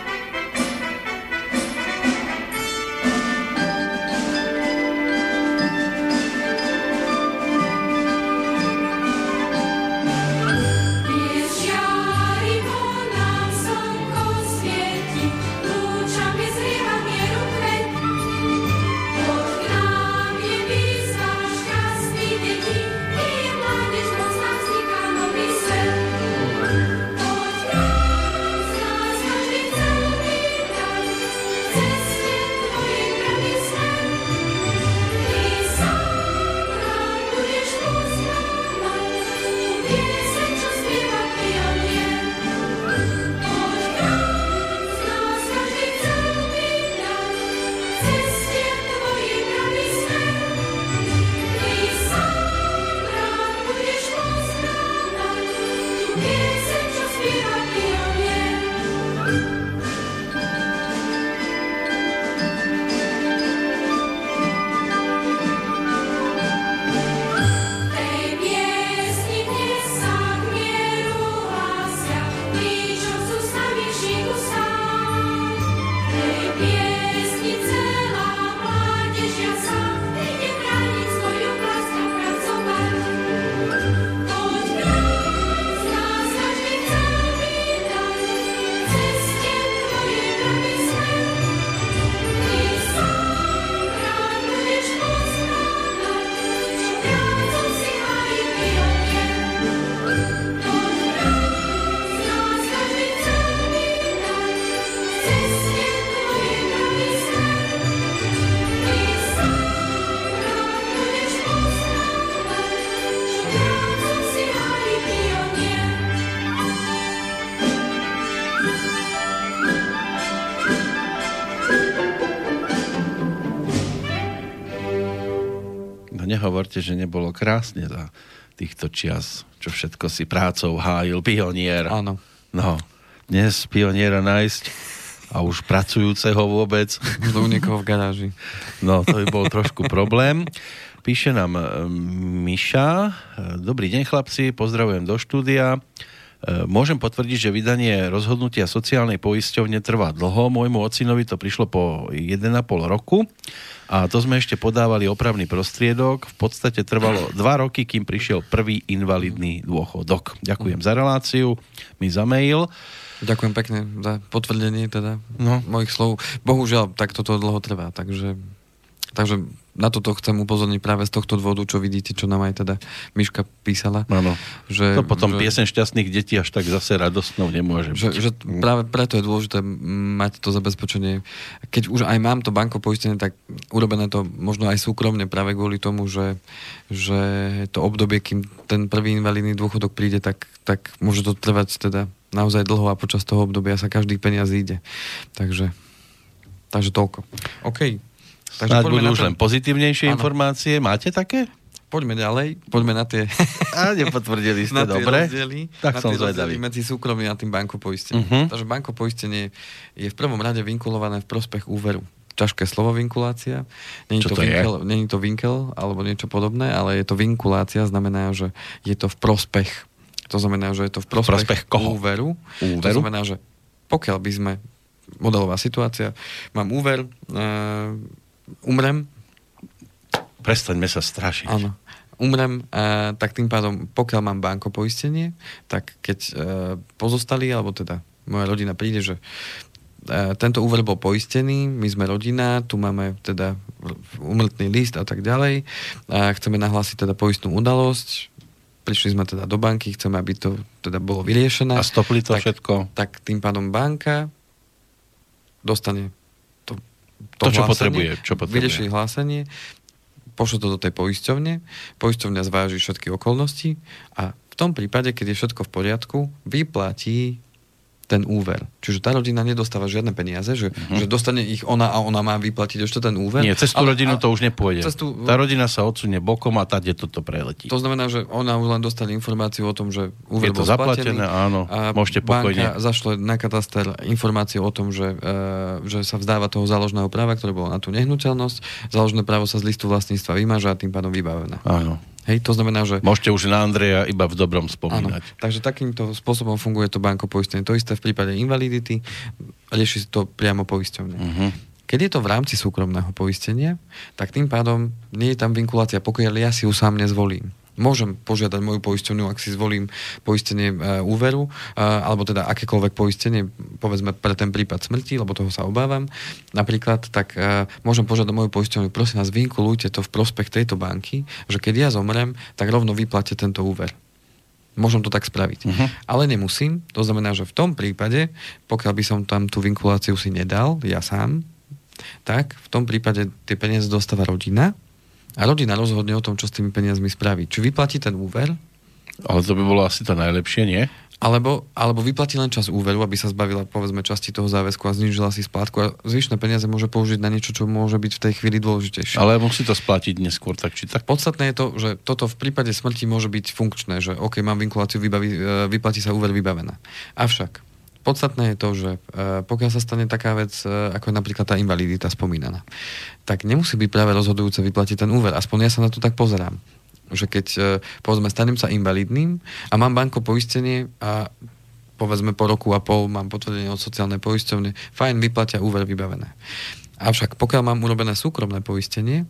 Nehovorte, že nebolo krásne za týchto čias, čo všetko si prácou hájil pionier. Áno. No, dnes pioniera nájsť a už pracujúceho vôbec. Do niekoho v garáži. No, to by bol trošku problém. Píše nám Miša. Dobrý deň, chlapci, pozdravujem do štúdia. Môžem potvrdiť, že vydanie rozhodnutia sociálnej poisťovne trvá dlho. Môjmu ocinovi to prišlo po jeden a pol roku a to sme ešte podávali opravný prostriedok. V podstate trvalo dva roky, kým prišiel prvý invalidný dôchodok. Ďakujem za reláciu, mi za mail. Ďakujem pekne za potvrdenie teda no. mojich slov. Bohužiaľ, tak toto dlho trvá, takže... Takže na toto chcem upozorniť práve z tohto dôvodu, čo vidíte, čo nám aj teda Miška písala. Áno. Že, to potom že, pieseň šťastných detí až tak zase radostnou nemôže že, byť. Že práve preto je dôležité mať to zabezpečenie. Keď už aj mám to bankopoistenie, tak urobené to možno aj súkromne práve kvôli tomu, že, že to obdobie, kým ten prvý invalidný dôchodok príde, tak, tak môže to trvať teda naozaj dlho a počas toho obdobia sa každý peniaz ide. Takže... Takže toľko. OK. Takže snáď budú už ten... len pozitívnejšie ano. Informácie. Máte také? Poďme ďalej. Poďme na tie... A nepotvrdili ste, na tie dobre. Rozdiely, tak na som tie zvedavý. medzi súkromným a tým bankopoistením. Uh-huh. Takže bankopoistenie je v prvom rade vinkulované v prospech úveru. Ťažké slovo vinkulácia. Není to, to vinkel, není to vinkel alebo niečo podobné, ale je to vinkulácia, znamená, že je to v prospech. To znamená, že je to v prospech, prospech koho? úveru. úveru. To znamená, že pokiaľ by sme, modelová situácia, mám úver, uh, umrem. Prestaňme sa strašiť. Áno. Umrem, uh, tak tým pádom, pokiaľ mám bankopoistenie, tak keď uh, pozostali, alebo teda moja rodina príde, že uh, tento úver bol poistený, my sme rodina, tu máme teda úmrtný list a tak ďalej, uh, chceme nahlásiť teda poistnú udalosť, prišli sme teda do banky, chceme, aby to teda bolo vyriešené. A stopli to tak, všetko? Tak tým pádom banka dostane to, to, to čo hlásenie, potrebuje. Čo potrebuje. Vyrieši hlásenie, pošle to do tej poisťovne, poisťovňa zváži všetky okolnosti a v tom prípade, keď je všetko v poriadku, vyplatí ten úver. Čiže tá rodina nedostáva žiadne peniaze, že, uh-huh. že dostane ich ona a ona má vyplatiť ešte ten úver. Nie, cez tú ale, rodinu to už nepôjde. Tú... Tá rodina sa odsunie bokom a tade toto preletí. To znamená, že ona už len dostane informáciu o tom, že úver je to bol zaplatené, splatený, áno, a môžete pokojne. banka zašle na kataster informáciu o tom, že, e, že sa vzdáva toho záložného práva, ktoré bolo na tú nehnuteľnosť. Záložné právo sa z listu vlastníctva vymaže a tým pádom vybavené. Áno. Hej, to znamená, že... Môžete už na Andreja iba v dobrom spomínať. Áno, takže takýmto spôsobom funguje to bankopoistenie. To isté v prípade invalidity, rieši to priamo poisťovne. Uh-huh. Keď je to v rámci súkromného poistenia, tak tým pádom nie je tam vinkulácia, pokiaľ ja si ju sám nezvolím. Môžem požiadať moju poisťovňu, ak si zvolím poistenie e, úveru, e, alebo teda akékoľvek poistenie, povedzme pre ten prípad smrti, lebo toho sa obávam, napríklad, tak e, môžem požiadať moju poisťovňu, prosím vás, vinkulujte to v prospech tejto banky, že keď ja zomrem, tak rovno vyplatte tento úver. Môžem to tak spraviť. Uh-huh. Ale nemusím, to znamená, že v tom prípade, pokiaľ by som tam tú vinkuláciu si nedal, ja sám, tak v tom prípade tie peniaze dostáva rodina, a rodina rozhodne o tom, čo s tými peniazmi spraví. Či vyplatí ten úver? Ale to by bolo asi to najlepšie, nie? Alebo, alebo vyplatí len čas úveru, aby sa zbavila, povedzme, časti toho záväzku a znížila si splátku a zvyšné peniaze môže použiť na niečo, čo môže byť v tej chvíli dôležitejšie. Ale musí to splatiť neskôr, tak či tak? Podstatné je to, že toto v prípade smrti môže byť funkčné, že OK, mám vinkuláciu, vybaví, vyplatí sa úver, vybavená. Avšak podstatné je to, že pokiaľ sa stane taká vec, ako je napríklad tá invalidita spomínaná, tak nemusí byť práve rozhodujúce vyplatiť ten úver. Aspoň ja sa na to tak pozerám. Že keď, povedzme, stanem sa invalidným a mám banko poistenie a povedzme po roku a pol mám potvrdenie od sociálnej poisťovne, fajn, vyplatia úver, vybavené. Avšak pokiaľ mám urobené súkromné poistenie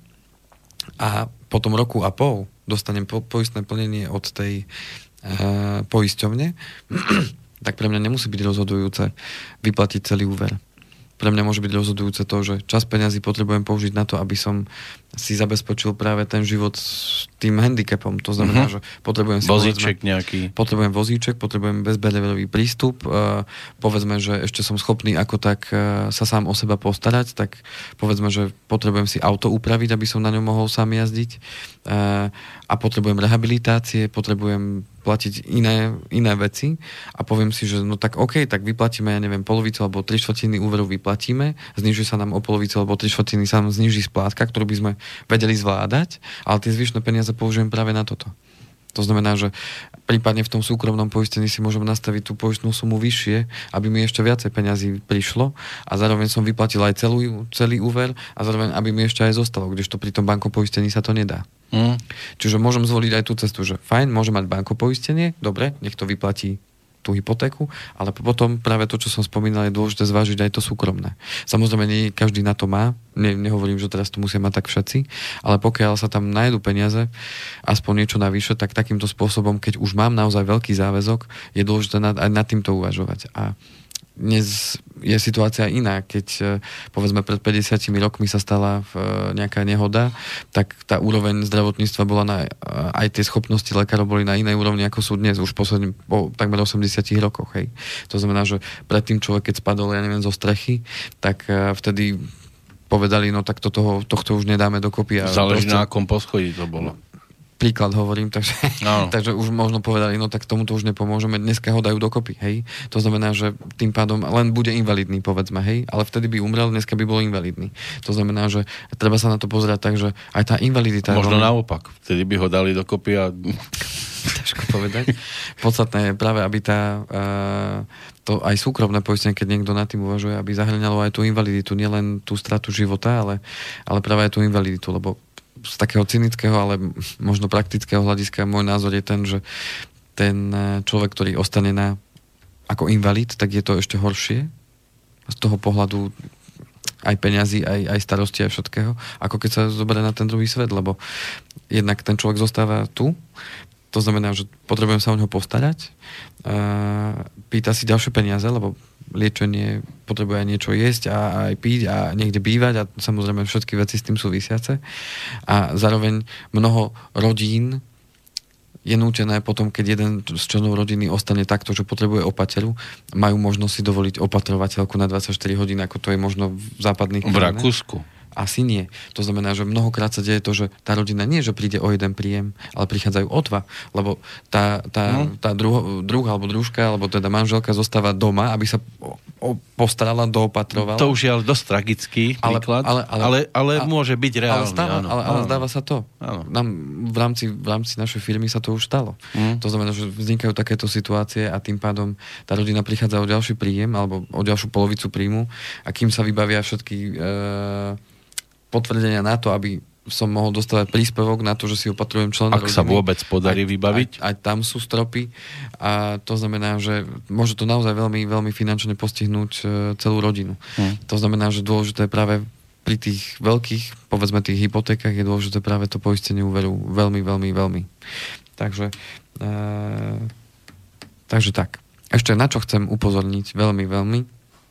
a po tom roku a pol dostanem po, poistné plnenie od tej uh, poisťovne, tak pre mňa nemusí byť rozhodujúce vyplatiť celý úver. Pre mňa môže byť rozhodujúce to, že čas peňazí potrebujem použiť na to, aby som si zabezpečil práve ten život s tým handicapom. To znamená, uh-huh. že potrebujem si vozíček povedzme, nejaký. Potrebujem vozíček, potrebujem bezbariérový prístup. Uh, povedzme, že ešte som schopný ako tak uh, sa sám o seba postarať, tak povedzme, že potrebujem si auto upraviť, aby som na ňom mohol sám jazdiť. Uh, a potrebujem rehabilitácie, potrebujem platiť iné, iné veci a poviem si, že no tak OK, tak vyplatíme, ja neviem, polovicu alebo tri štvrtiny úveru vyplatíme, zniží sa nám o polovicu alebo tri štvrtiny sa nám zniží splátka, ktorú by sme vedeli zvládať, ale tie zvyšné peniaze použijem práve na toto. To znamená, že prípadne v tom súkromnom poistení si môžem nastaviť tú poistnú sumu vyššie, aby mi ešte viacej peňazí prišlo a zároveň som vyplatil aj celý, celý úver a zároveň aby mi ešte aj zostalo, kdežto pri tom bankopoistení sa to nedá. Mm. Čiže môžem zvoliť aj tú cestu, že fajn, môžem mať bankopoistenie, dobre, nech to vyplatí tú hypotéku, ale potom práve to, čo som spomínal, je dôležité zvážiť aj to súkromné. Samozrejme, nie každý na to má, ne, nehovorím, že teraz to musia mať tak všetci, ale pokiaľ sa tam nájdu peniaze, aspoň niečo navyše, tak takýmto spôsobom, keď už mám naozaj veľký záväzok, je dôležité nad, aj nad týmto uvažovať. A dnes je situácia iná. Keď povedzme pred päťdesiatimi rokmi sa stala nejaká nehoda, tak tá úroveň zdravotníctva bola na, aj tie schopnosti lekárov boli na inej úrovni, ako sú dnes, už posledný, po takmer osemdesiatich rokoch. Hej. To znamená, že predtým človek, keď spadol, ja neviem, zo strechy, tak vtedy povedali, no tak to toho, tohto už nedáme dokopy. A záleží proste... na akom poschodí to bolo. príklad hovorím, takže, no. takže už možno povedali, no tak tomuto už nepomôžeme, dneska ho dajú dokopy, hej. To znamená, že tým pádom len bude invalidný, povedzme, hej, ale vtedy by umrel, dneska by bol invalidný. To znamená, že treba sa na to pozerať tak, že aj tá invalidita... Možno veľmi... naopak, vtedy by ho dali dokopy a... Ťažko povedať. Podstatné je práve, aby tá, uh, to aj súkromné poistenie, keď niekto nad tým uvažuje, aby zahrňalo aj tú invaliditu, nielen tú stratu života, ale, ale práve aj tú invaliditu, lebo z takého cynického, ale možno praktického hľadiska môj názor je ten, že ten človek, ktorý ostane na, ako invalid, tak je to ešte horšie z toho pohľadu aj peňazí, aj, aj starosti, aj všetkého, ako keď sa zoberie na ten druhý svet, lebo jednak ten človek zostáva tu. To znamená, že potrebujem sa o neho postarať, pýta si ďalšie peniaze, lebo liečenie potrebuje aj niečo jesť a aj piť a niekde bývať a samozrejme všetky veci s tým súvisiace. A zároveň mnoho rodín je nútené potom, keď jeden z členov rodiny ostane takto, že potrebuje opateru, majú možnosť si dovoliť opatrovateľku na dvadsaťštyri hodín, ako to je možno v západných v Rakúsku. Asi nie. To znamená, že mnohokrát sa deje to, že tá rodina nie, že príde o jeden príjem, ale prichádzajú o dva, lebo tá, tá, no. tá druho, druhá alebo družka, alebo teda manželka zostáva doma, aby sa o, o, postarala, doopatrovala. To už je ale dosť tragický ale, príklad, ale, ale, ale, ale, ale môže byť reálny. Ale, stáva, áno, ale, ale áno. zdáva sa to. Nám v rámci, v rámci našej firmy sa to už stalo. Mm. To znamená, že vznikajú takéto situácie a tým pádom tá rodina prichádza o ďalší príjem alebo o ďalšiu polovicu príjmu a kým sa vybavia všetky e, potvrdenia na to, aby som mohol dostávať príspevok na to, že si opatrujem člena rodiny. Ak sa vôbec podarí aj, vybaviť. Aj, aj tam sú stropy a to znamená, že môže to naozaj veľmi, veľmi finančne postihnúť celú rodinu. Hmm. To znamená, že dôležité je práve pri tých veľkých, povedzme tých hypotékach je dôležité práve to poistenie úveru veľmi, veľmi, veľmi. Takže e, takže tak. Ešte na čo chcem upozorniť veľmi, veľmi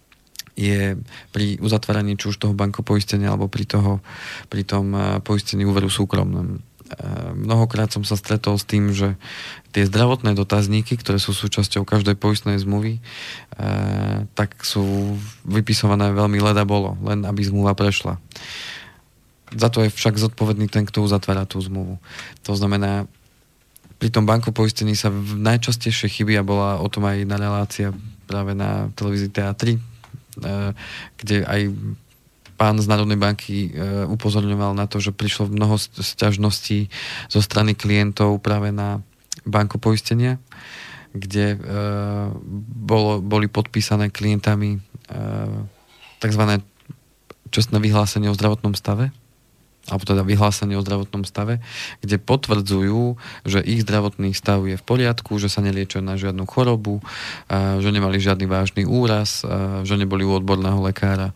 je pri uzatváraní či už toho bankopoistenia alebo pri, toho, pri tom poistení úveru súkromnom. Mnohokrát som sa stretol s tým, že tie zdravotné dotazníky, ktoré sú súčasťou každej poistnej zmluvy, tak sú vypisované veľmi leda bolo, len aby zmluva prešla. Za to je však zodpovedný ten, kto uzatvára tú zmluvu. To znamená, pri tom bankopoistení sa najčastejšie chyby, a bola o tom aj jedna relácia práve na televízii té á tri, kde aj pán z Národnej banky upozorňoval na to, že prišlo mnoho sťažností zo strany klientov práve na bankopoistenia, kde bolo, boli podpísané klientami takzvané čestné vyhlásenie o zdravotnom stave, alebo teda vyhlásenie o zdravotnom stave, kde potvrdzujú, že ich zdravotný stav je v poriadku, že sa neliečia na žiadnu chorobu, že nemali žiadny vážny úraz, že neboli u odborného lekára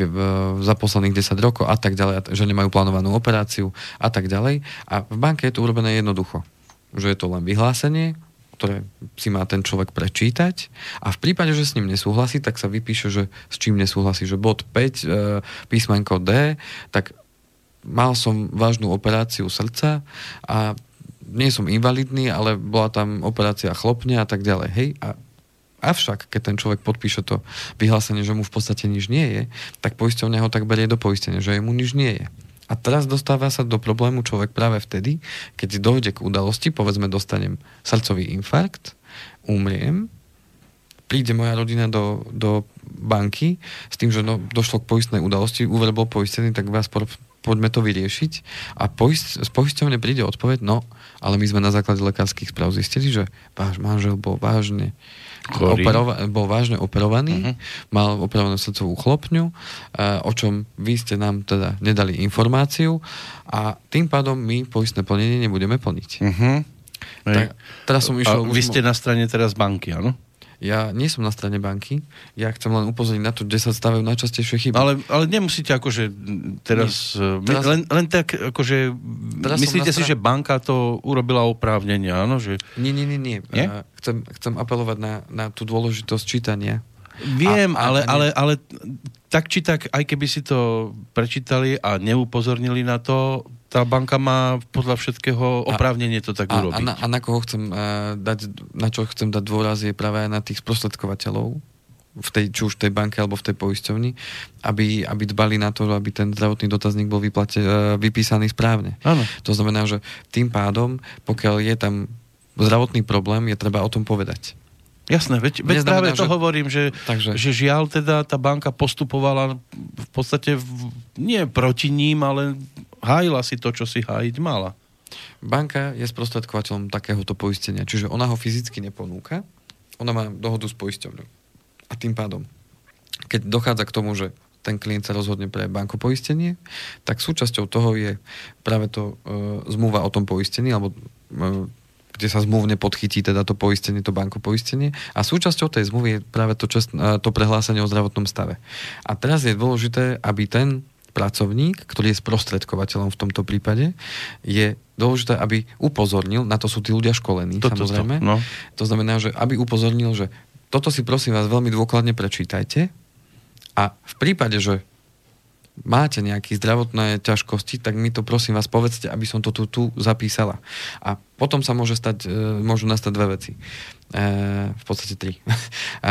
za posledných desať rokov a tak ďalej, že nemajú plánovanú operáciu a tak ďalej. A v banke je to urobené jednoducho, že je to len vyhlásenie, ktoré si má ten človek prečítať a v prípade, že s ním nesúhlasí, tak sa vypíše, že s čím nesúhlasí, že bod päť, písmenko D, tak mal som vážnu operáciu srdca a nie som invalidný, ale bola tam operácia chlopne a tak ďalej. Hej? A, avšak, keď ten človek podpíše to vyhlásenie, že mu v podstate nič nie je, tak poisťovňa ho tak berie do poistenia, že mu nič nie je. A teraz dostáva sa do problému človek práve vtedy, keď dojde k udalosti, povedzme dostanem srdcový infarkt, umriem, príde moja rodina do, do banky s tým, že no, došlo k poistnej udalosti, úver bol poistený, tak vás por- poďme to vyriešiť. A poist, z poisťovne príde odpoveď, no, ale my sme na základe lekárskych správ zistili, že váš manžel bol vážne operova- bol vážne operovaný, uh-huh. mal operovanú srdcovú chlopňu, uh, o čom vy ste nám teda nedali informáciu a tým pádom my poistné plnenie nebudeme plniť. Uh-huh. Tak, teraz som išiel... A vy ste na strane teraz banky, áno? Ja nie som na strane banky, ja chcem len upozorniť na to, kde sa stavajú najčastejšie chyby. Ale, ale nemusíte akože teraz... teraz len, len tak akože... Myslíte si, stran... že banka to urobila oprávnenie, áno? Že... Nie, nie, nie. nie. nie? Chcem, chcem apelovať na, na tú dôležitosť čítania. Viem, a, a, ale, a ale, ale tak či tak, aj keby si to prečítali a neupozornili na to, tá banka má podľa všetkého oprávnenie to tak a, urobiť. A na, a na koho chcem uh, dať, na čo chcem dať dôraz je práve aj na tých sprostredkovateľov, v tej, či už v tej banke alebo v tej poisťovni, aby, aby dbali na to, aby ten zdravotný dotazník bol vyplate, vypísaný správne. Áno. To znamená, že tým pádom, pokiaľ je tam zdravotný problém, je treba o tom povedať. Jasné, veď, veď práve to že... hovorím, že, Takže... že žiaľ teda tá banka postupovala v podstate v, nie proti ním, ale hájila si to, čo si hájiť mala. Banka je sprostredkovateľom takéhoto poistenia, čiže ona ho fyzicky neponúka, ona má dohodu s poisťovňou. A tým pádom, keď dochádza k tomu, že ten klient sa rozhodne pre bankopoistenie, tak súčasťou toho je práve to e, zmluva o tom poistení, alebo e, kde sa zmluvne podchytí teda to poistenie, to bankopoistenie. A súčasťou tej zmluvy je práve to, čest, e, to prehlásenie o zdravotnom stave. A teraz je dôležité, aby ten pracovník, ktorý je sprostredkovateľom v tomto prípade, je dôležité, aby upozornil, na to sú tí ľudia školení, Toto, samozrejme. To, no. to znamená, že aby upozornil, že toto si prosím vás veľmi dôkladne prečítajte a v prípade, že máte nejaké zdravotné ťažkosti, tak mi to prosím vás povedzte, aby som to tu, tu zapísala. A potom sa môže stať, môžu nastať dve veci. E, v podstate tri. E,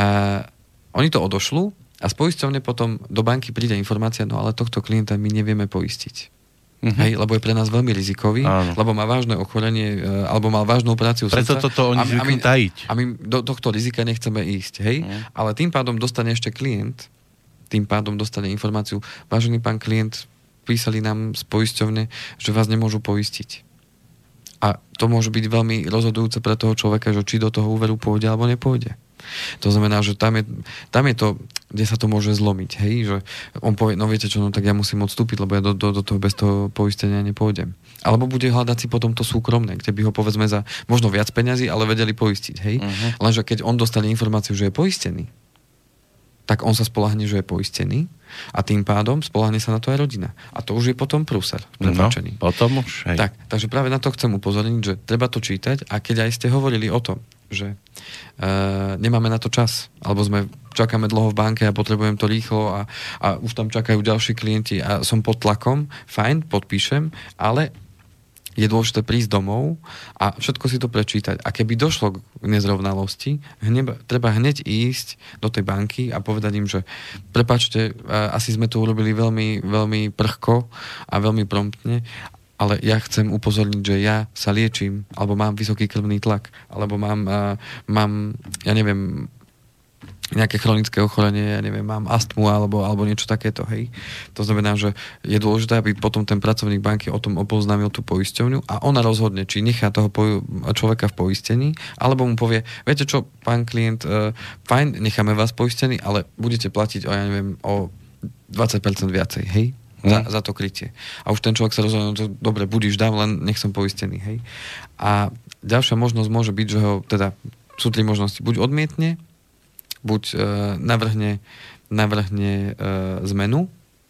oni to odošľú a z poisťovne potom do banky príde informácia, no ale tohto klienta my nevieme poistiť. Uh-huh. Hej, lebo je pre nás veľmi rizikový, áno. lebo má vážne ochorenie, alebo mal vážnu operáciu srdca. Preto toto oni zvyknú tajiť. A my do tohto rizika nechceme ísť, hej? Uh-huh. Ale tým pádom dostane ešte klient, tým pádom dostane informáciu, vážený pán klient, písali nám z poisťovne, že vás nemôžu poistiť. A to môže byť veľmi rozhodujúce pre toho človeka, že či do toho úveru pôjde, alebo nepôjde. To znamená, že tam je, tam je to, kde sa to môže zlomiť, hej, že on povie, no viete čo, no tak ja musím odstúpiť, lebo ja do, do, do toho bez toho poistenia nepôjdem. Alebo bude hľadať si potom to súkromné, kde by ho povedzme za možno viac peňazí, ale vedeli poistiť, hej. Uh-huh. Lenže keď on dostane informáciu, že je poistený, tak on sa spoľahne, že je poistený a tým pádom spoľahne sa na to aj rodina. A to už je potom prúser. No, potom už, hej. Tak, takže práve na to chcem upozorniť, že treba to čítať a keď aj ste hovorili o tom, že uh, nemáme na to čas, alebo sme čakáme dlho v banke a potrebujem to rýchlo a, a už tam čakajú ďalší klienti a som pod tlakom, fajn, podpíšem, ale je dôležité prísť domov a všetko si to prečítať. A keby došlo k nezrovnalosti, hne, treba hneď ísť do tej banky a povedať im, že prepáčte, asi sme to urobili veľmi, veľmi prchko a veľmi promptne, ale ja chcem upozorniť, že ja sa liečím, alebo mám vysoký krvný tlak, alebo mám, uh, mám ja neviem, nejaké chronické ochorenie, ja neviem, mám astmu, alebo, alebo niečo takéto, hej. To znamená, že je dôležité, aby potom ten pracovník banky o tom oboznámil tú poisťovňu a ona rozhodne, či nechá toho poj- človeka v poistení, alebo mu povie, viete čo, pán klient, uh, fajn, necháme vás poistený, ale budete platiť o, ja neviem, o dvadsať percent viacej, hej. Za, za to krytie. A už ten človek sa rozhodne, že dobre, budíš dám, len nech som poistený, hej. A ďalšia možnosť môže byť, že ho, teda, sú tri možnosti. Buď odmietne, buď e, navrhne, navrhne e, zmenu,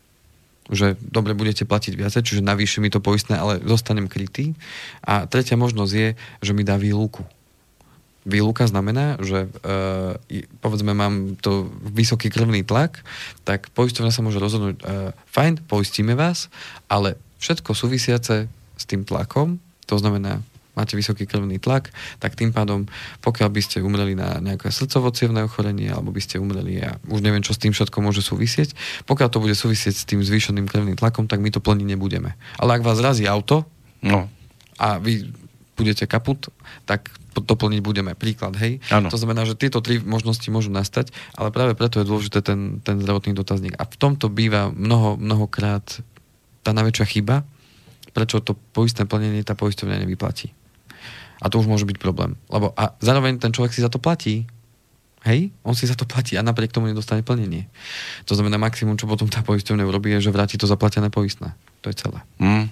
že dobre, budete platiť viacej, čiže navýši mi to poistné, ale dostanem krytý. A tretia možnosť je, že mi dá výluku. Výluka znamená, že e, povedzme mám to vysoký krvný tlak, tak poisťovňa sa môže rozhodnúť, e, fajn, poistíme vás, ale všetko súvisiace s tým tlakom, to znamená, máte vysoký krvný tlak, tak tým pádom, pokiaľ by ste umreli na nejaké srdcovo-cievne ochorenie, alebo by ste umreli, ja už neviem, čo s tým všetko môže súvisieť, pokiaľ to bude súvisieť s tým zvýšeným krvným tlakom, tak my to plniť nebudeme. Ale ak vás razí auto, no. a vy budete kaput, tak to plniť budeme. Príklad, hej? Ano. To znamená, že tieto tri možnosti môžu nastať, ale práve preto je dôležité ten, ten zdravotný dotazník. A v tomto býva mnoho, mnohokrát tá najväčšia chyba, prečo to poistné plnenie tá poisťovňa nevyplatí. A to už môže byť problém. Lebo a zároveň ten človek si za to platí. Hej? On si za to platí a napriek tomu nedostane plnenie. To znamená, maximum, čo potom tá poisťovňa urobí, je, že vráti to zaplatené poistné. To je celé. Mm.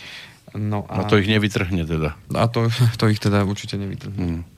No a, a to ich nevytrhne teda. A to, to ich teda určite nevytrhne. Mm.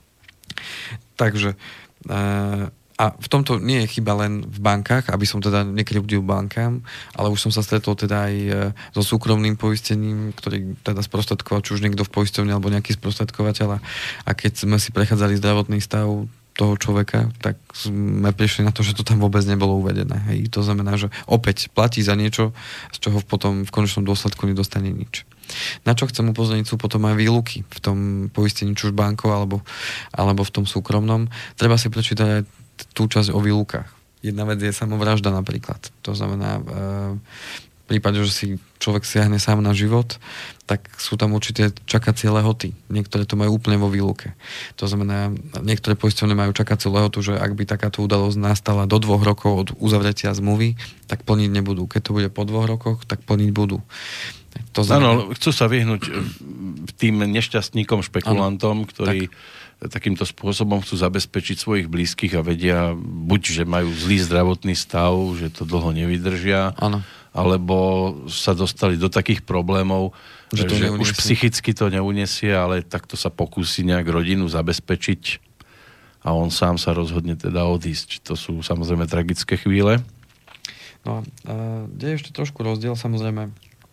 Takže uh, a v tomto nie je chyba len v bankách, aby som teda nekrivdil bankám, ale už som sa stretol teda aj so súkromným poistením, ktorý teda sprostredkoval, či už niekto v poisťovni alebo nejaký sprostredkovateľ. A keď sme si prechádzali zdravotný stav toho človeka, tak sme prišli na to, že to tam vôbec nebolo uvedené. Hej. To znamená, že opäť platí za niečo, z čoho potom v konečnom dôsledku nedostane nič. Na čo chcem upozorniť, sú potom aj výluky v tom poistení, či už bankov alebo, alebo v tom súkromnom. Treba si prečítať aj tú časť o výlukách. Jedna vec je samovražda napríklad. To znamená, v prípade, že si človek siahne sám na život, tak sú tam určité čakacie lehoty. Niektoré to majú úplne vo výluke. To znamená, niektoré poisťovne majú čakaciu lehotu, že ak by takáto udalosť nastala do dvoch rokov od uzavretia zmluvy, tak plniť nebudú. Keď to bude po dvoch rokoch, tak plniť budú. To znamená... Áno, chcú sa vyhnúť tým nešťastníkom, špekulantom, ano, ktorí tak takýmto spôsobom chcú zabezpečiť svojich blízkych a vedia, buď, že majú zlý zdravotný stav, že to dlho nevydržia, ano, alebo sa dostali do takých problémov, že, že už psychicky to neuniesie, ale takto sa pokúsi nejak rodinu zabezpečiť a on sám sa rozhodne teda odísť. To sú samozrejme tragické chvíle. No a kde je ešte trošku rozdiel, samozrejme,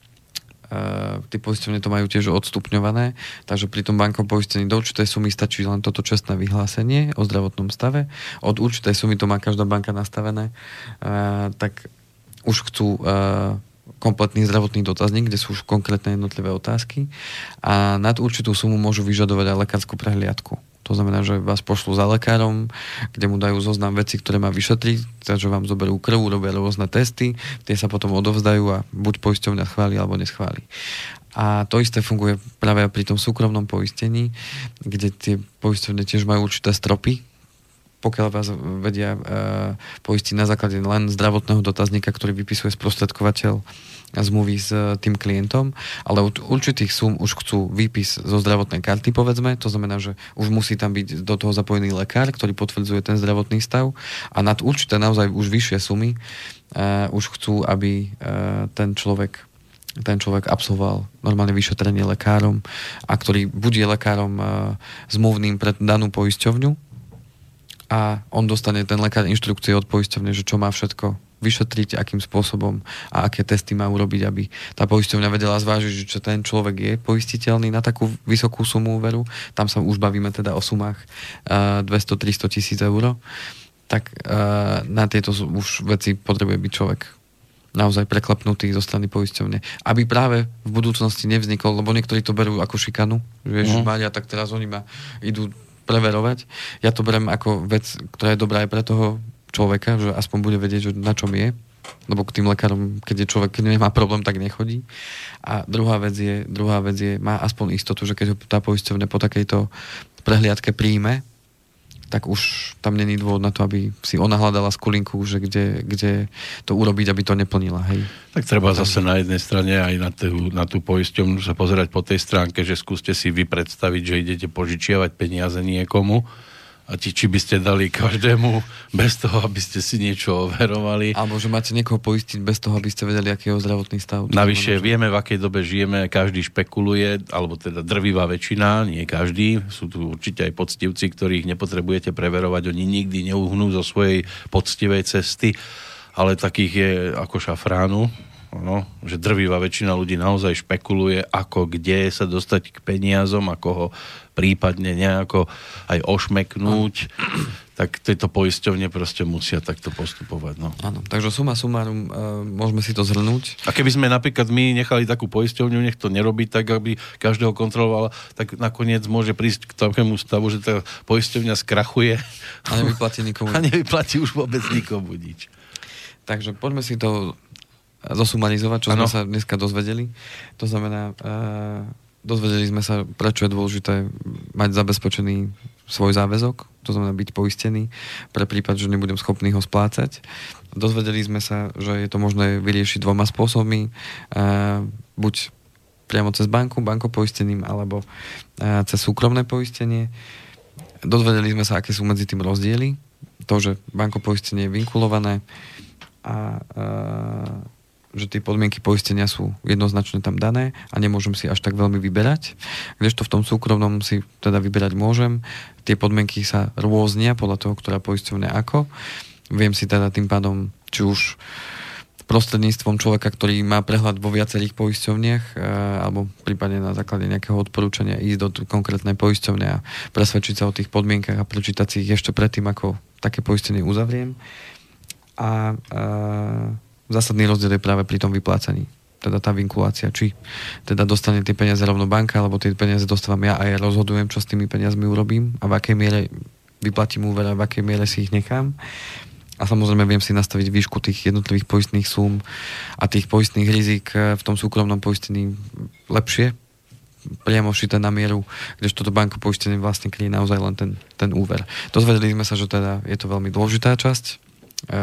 Uh, tí poisťovne to majú tiež odstupňované, takže pri tom bankovom poistení do určitej sumy stačí len toto čestné vyhlásenie o zdravotnom stave. Od určitej sumy to má každá banka nastavené, uh, tak už chcú uh, kompletný zdravotný dotazník, kde sú už konkrétne jednotlivé otázky a nad určitú sumu môžu vyžadovať aj lekárskú prehliadku. To znamená, že vás pošlú za lekárom, kde mu dajú zoznam veci, ktoré má vyšetriť, takže vám zoberú krv, robia rôzne testy, tie sa potom odovzdajú a buď poisťovňa schváli, alebo neschváli. A to isté funguje práve pri tom súkromnom poistení, kde tie poisťovne tiež majú určité stropy, pokiaľ vás vedia e, poistiť na základe len zdravotného dotazníka, ktorý vypisuje sprostredkovateľ zmluvy s tým klientom, ale od určitých sum už chcú výpis zo zdravotnej karty, povedzme, to znamená, že už musí tam byť do toho zapojený lekár, ktorý potvrdzuje ten zdravotný stav a nad určité naozaj už vyššie sumy uh, už chcú, aby uh, ten človek ten človek absolvoval normálne vyšetrenie lekárom a ktorý bude lekárom uh, zmluvným pre danú poisťovňu a on dostane ten lekár inštrukcie od poisťovne, že čo má všetko vyšetriť, akým spôsobom a aké testy má urobiť, aby tá poisťovňa vedela zvážiť, že čo ten človek je poistiteľný na takú vysokú sumu úveru. Tam sa už bavíme teda o sumách uh, dvesto tristo tisíc eur. Tak uh, na tieto už veci potrebuje byť človek naozaj preklepnutý zo strany poisťovne. Aby práve v budúcnosti nevznikol, lebo niektorí to berú ako šikanu, že vieš, mm. Mária, tak teraz oni ma idú preverovať. Ja to beriem ako vec, ktorá je dobrá aj pre toho človeka, že aspoň bude vedieť, že na čom je, lebo k tým lekárom, keď je človek, keď nemá problém, tak nechodí. A druhá vec je, druhá vec je, má aspoň istotu, že keď ho tá poisťovňa po takejto prehliadke príjme, tak už tam není dôvod na to, aby si ona hľadala skulinku, že kde, kde to urobiť, aby to neplnila. Hej. Tak treba zase na jednej strane aj na tú, na tú poisťovňu sa pozerať po tej stránke, že skúste si vy predstaviť, že idete požičiavať peniaze niekomu, a ti, či by ste dali každému bez toho, aby ste si niečo overovali. Alebo že máte niekoho poistiť bez toho, aby ste vedeli, aký je zdravotný stav. Navyše vieme, v akej dobe žijeme, každý špekuluje, alebo teda drvivá väčšina, nie každý. Sú tu určite aj poctivci, ktorých nepotrebujete preverovať, oni nikdy neuhnú zo svojej poctivej cesty, ale takých je ako šafránu. No, že drvivá väčšina ľudí naozaj špekuluje, ako kde sa dostať k peniazom, ako ho prípadne nejako aj ošmeknúť, tak tieto poisťovne proste musia takto postupovať. No. Áno, takže suma sumárum, e, môžeme si to zhrnúť. A keby sme napríklad my nechali takú poisťovňu, nech to nerobí tak, aby každého kontrolovala, tak nakoniec môže prísť k takému stavu, že tá poisťovňa skrachuje. A nevyplatí nikomu. A nevyplatí už vôbec nikomu nič. Takže poďme si to zosumarizovať, čo ano. Sme sa dneska dozvedeli. To znamená, uh, dozvedeli sme sa, prečo je dôležité mať zabezpečený svoj záväzok, to znamená byť poistený pre prípad, že nebudem schopný ho splácať. Dozvedeli sme sa, že je to možné vyriešiť dvoma spôsobmi. Uh, buď priamo cez banku, bankopoistením, alebo uh, cez súkromné poistenie. Dozvedeli sme sa, aké sú medzi tým rozdiely. To, že bankopoistenie je vinkulované a uh, že tie podmienky poistenia sú jednoznačne tam dané a nemôžem si až tak veľmi vyberať. Kdežto v tom súkromnom si teda vyberať môžem. Tie podmienky sa rôznia podľa toho, ktorá poisťovňa ako. Viem si teda tým pádom, či už prostredníctvom človeka, ktorý má prehľad vo viacerých poisťovniach alebo prípadne na základe nejakého odporúčania ísť do konkrétnej poisťovne a presvedčiť sa o tých podmienkach a prečítať si ich ešte predtým, ako také poistenie uzavriem. A, a zásadný rozdiel je práve pri tom vyplácaní. Teda tá vinkulácia. Či teda dostane tie peniaze rovno banka, alebo tie peniaze dostávam ja a ja rozhodujem, čo s tými peniazmi urobím a v akej miere vyplatím úver a v akej miere si ich nechám. A samozrejme viem si nastaviť výšku tých jednotlivých poistných súm a tých poistných rizik v tom súkromnom poistení lepšie, priamo šité na mieru, kdežto to banko poistenie vlastne kryje naozaj len ten, ten úver. Dozvedeli sme sa, že teda je to veľmi dôležitá časť e,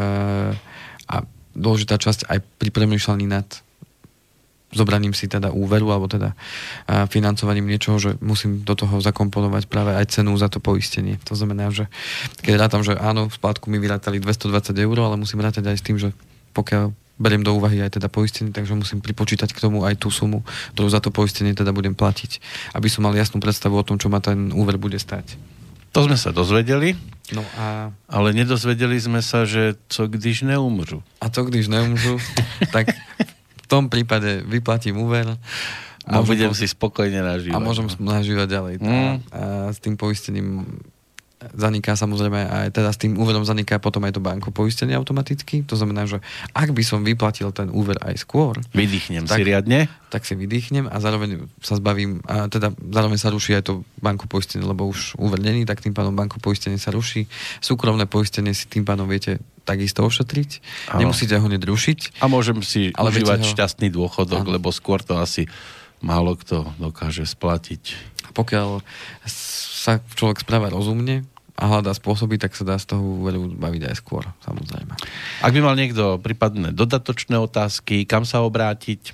a dôležitá časť aj pri premýšľaní nad zobraním si teda úveru alebo teda financovaním niečoho, že musím do toho zakomponovať práve aj cenu za to poistenie. To znamená, že keď rátam, že áno, v splátku mi vyrátali dvestodvadsať eur, ale musím rátať aj s tým, že pokiaľ beriem do úvahy aj teda poistenie, takže musím pripočítať k tomu aj tú sumu, ktorú za to poistenie teda budem platiť, aby som mal jasnú predstavu o tom, čo ma ten úver bude stať. To sme sa dozvedeli, no a... ale nedozvedeli sme sa, že co když neumřu. A co když neumřu, tak v tom prípade vyplatím úver a budem si spokojne nažívať. A môžem nažívať ďalej. Mm. A, a s tým poistením zaniká samozrejme aj, teda s tým úverom zaniká potom aj to banko poistenie automaticky. To znamená, že ak by som vyplatil ten úver aj skôr, vydýchnem tak, si riadne, tak si vydýchnem a zároveň sa zbavím, a teda zároveň sa ruší aj to banko poistenie, lebo už úver není, tak tým pádom banko poistenie sa ruší. Súkromné poistenie si tým pádom viete takisto ošetriť. Ano. Nemusíte ho hneď rušiť. A môžem si ale užívať ho... šťastný dôchodok, ano. Lebo skôr to asi málo kto dokáže splatiť. Pokiaľ sa človek správa rozumne a hľadá spôsoby, tak sa dá z toho úveru baviť aj skôr, samozrejme. Ak by mal niekto prípadné dodatočné otázky, kam sa obrátiť?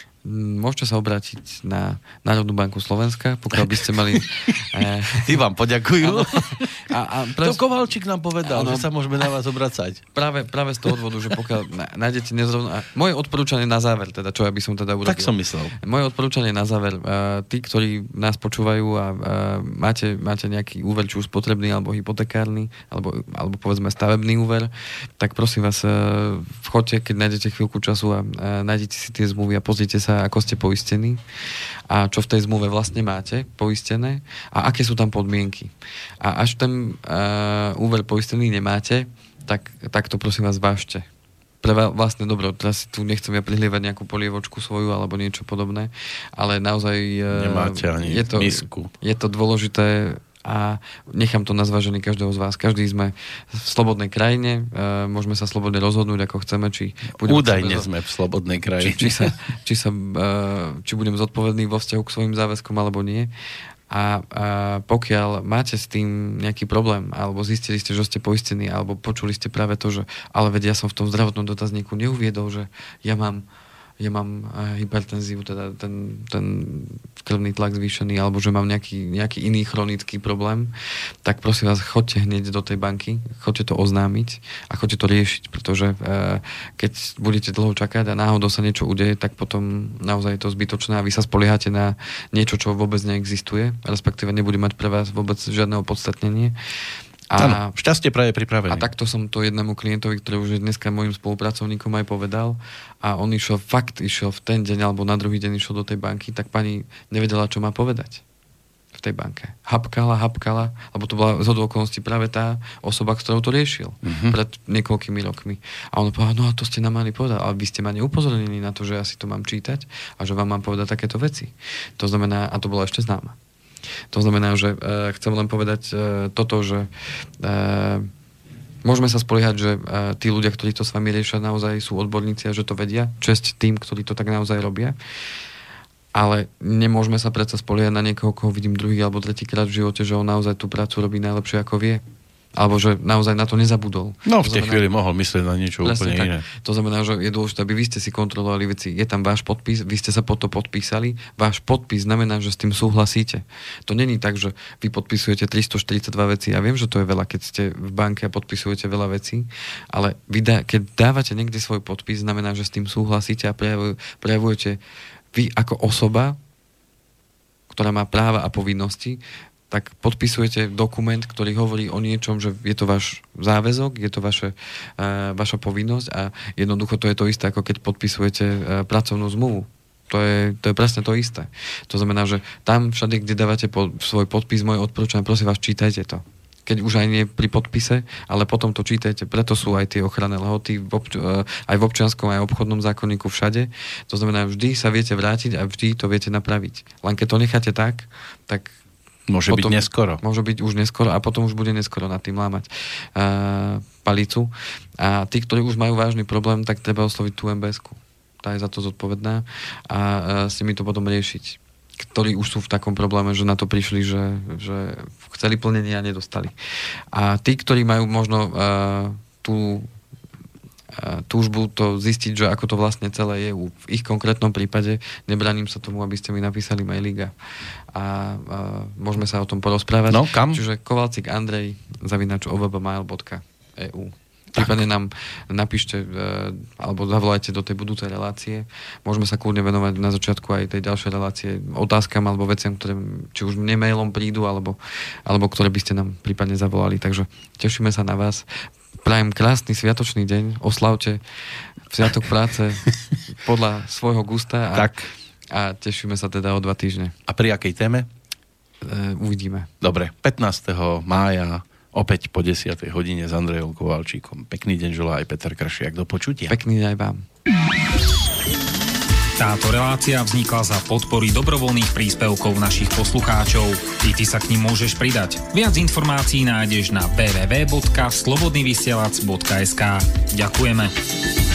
Môžete sa obrátiť na Národnú banku Slovenska, pokiaľ by ste mali... eh, Tí vám poďakujú. A, a pre... To Kovalčík nám povedal, ano, že sa môžeme na vás obracať. Práve, práve z toho dôvodu, že pokiaľ nájdete nezrovno... Moje odporúčanie na záver, teda čo ja by som teda urobil. Tak som myslel. Moje odporúčanie na záver, uh, tí, ktorí nás počúvajú a uh, máte, máte nejaký úver, či už spotrebný, alebo hypotekárny, alebo, alebo povedzme stavebný úver, tak prosím vás, uh, vchoďte, keď nájdete chvíľku času a uh, nájdete si tie zmluvy a pozrite sa, ako ste poistení a čo v tej zmluve vlastne máte poistené a aké sú tam podmienky. A až ten uh, úver poistený nemáte, tak, tak to prosím vás vážte. Pre vlastné dobro. Teraz si tu nechcem ja prihlievať nejakú polievočku svoju alebo niečo podobné, ale naozaj uh, nemáte ani je to, misku. Je to dôležité a nechám to na zváženie každého z vás. Každý sme v slobodnej krajine, e, môžeme sa slobodne rozhodnúť, ako chceme, či budeme... Údajne sme v slobodnej krajine. Či, či, sa, či, sa, e, či budem zodpovedný vo vzťahu k svojim záväzkom, alebo nie. A, a pokiaľ máte s tým nejaký problém, alebo zistili ste, že ste poistení, alebo počuli ste práve to, že ale veď ja som v tom zdravotnom dotazníku neuviedol, že ja mám ja mám hypertenziu, teda ten, ten krvný tlak zvýšený, alebo že mám nejaký, nejaký iný chronický problém, tak prosím vás, choďte hneď do tej banky, choďte to oznámiť a choďte to riešiť, pretože e, keď budete dlho čakať a náhodou sa niečo udeje, tak potom naozaj je to zbytočné a vy sa spoliehate na niečo, čo vôbec neexistuje, respektíve nebude mať pre vás vôbec žiadne opodstatnenie. A ano, šťastie praje pripravené. A takto som to jednému klientovi, ktorý už je dneska môjim spolupracovníkom aj povedal a on išiel, fakt išiel v ten deň alebo na druhý deň išiel do tej banky, tak pani nevedela, čo má povedať v tej banke. Hapkala, hapkala, lebo to bola zhodou okolností práve tá osoba, s ktorou to riešil mm-hmm. pred niekoľkými rokmi. A on povedal, no a to ste nám mali povedať, ale vy ste ma neupozornili na to, že ja si to mám čítať a že vám mám povedať takéto veci. To znamená, a to bolo ešte známa. To znamená, že e, chcem len povedať e, toto, že e, môžeme sa spoliehať, že e, tí ľudia, ktorí to s vami riešia, naozaj sú odborníci a že to vedia. Česť tým, ktorí to tak naozaj robia. Ale nemôžeme sa predsa spoliehať na niekoho, koho vidím druhý alebo tretíkrát v živote, že on naozaj tú prácu robí najlepšie, ako vie. Alebo že naozaj na to nezabudol. No v tej znamená, chvíli mohol myslieť na niečo úplne iné. To znamená, že je dôležité, aby vy ste si kontrolovali veci. Je tam váš podpis, vy ste sa pod to podpísali. Váš podpis znamená, že s tým súhlasíte. To není tak, že vy podpisujete tristoštyridsaťdva veci. Ja viem, že to je veľa, keď ste v banke a podpisujete veľa vecí, ale vy dá, keď dávate niekde svoj podpis, znamená, že s tým súhlasíte a prejavuj, prejavujete vy ako osoba, ktorá má práva a povinnosti, tak podpisujete dokument, ktorý hovorí o niečom, že je to váš záväzok, je to vaše, uh, vaša povinnosť a jednoducho to je to isté, ako keď podpisujete uh, pracovnú zmluvu. To je, to je presne to isté. To znamená, že tam všade, kde dávate po, svoj podpis, moje odporúčanie, prosím vás, čítajte to. Keď už aj nie pri podpise, ale potom to čítajte. Preto sú aj tie ochranné lehoty v obč- aj v občianskom, aj v obchodnom zákonníku všade. To znamená, vždy sa viete vrátiť a vždy to viete napraviť. Len keď to necháte tak, tak Môže potom, byť neskoro. Môže byť už neskoro a potom už bude neskoro nad tým lámať uh, palicu. A tí, ktorí už majú vážny problém, tak treba osloviť tú em bé esku. Tá je za to zodpovedná a uh, s nimi to potom riešiť. Ktorí už sú v takom probléme, že na to prišli, že, že chceli plnenie a nedostali. A tí, ktorí majú možno uh, tú uh, túžbu to zistiť, že ako to vlastne celé je v ich konkrétnom prípade, nebraním sa tomu, aby ste mi napísali mailík a, a uh, môžeme sa o tom porozprávať. No, kam? Čiže Kovalcik Andrej zavináč o v b mail bodka e u. Prípadne nám napíšte alebo zavolajte do tej budúcej relácie. Môžeme sa kľudne venovať na začiatku aj tej ďalšej relácie otázkam alebo veciam, ktoré či už mne mailom prídu, alebo, alebo ktoré by ste nám prípadne zavolali. Takže tešíme sa na vás. Prajem krásny sviatočný deň. Oslavte sviatok práce podľa svojho gusta a, tak. a tešíme sa teda o dva týždne. A pri akej téme? E, uvidíme. Dobre, pätnásteho mája opäť po desiatej hodine s Andrejom Kovalčíkom. Pekný deň želá aj Peter Kršiak. Do počutia. Pekný deň aj vám. Táto relácia vznikla za podpory dobrovoľných príspevkov našich poslucháčov. I ty sa k nim môžeš pridať. Viac informácií nájdeš na w w w bodka slobodnyvysielac bodka es ka. Ďakujeme.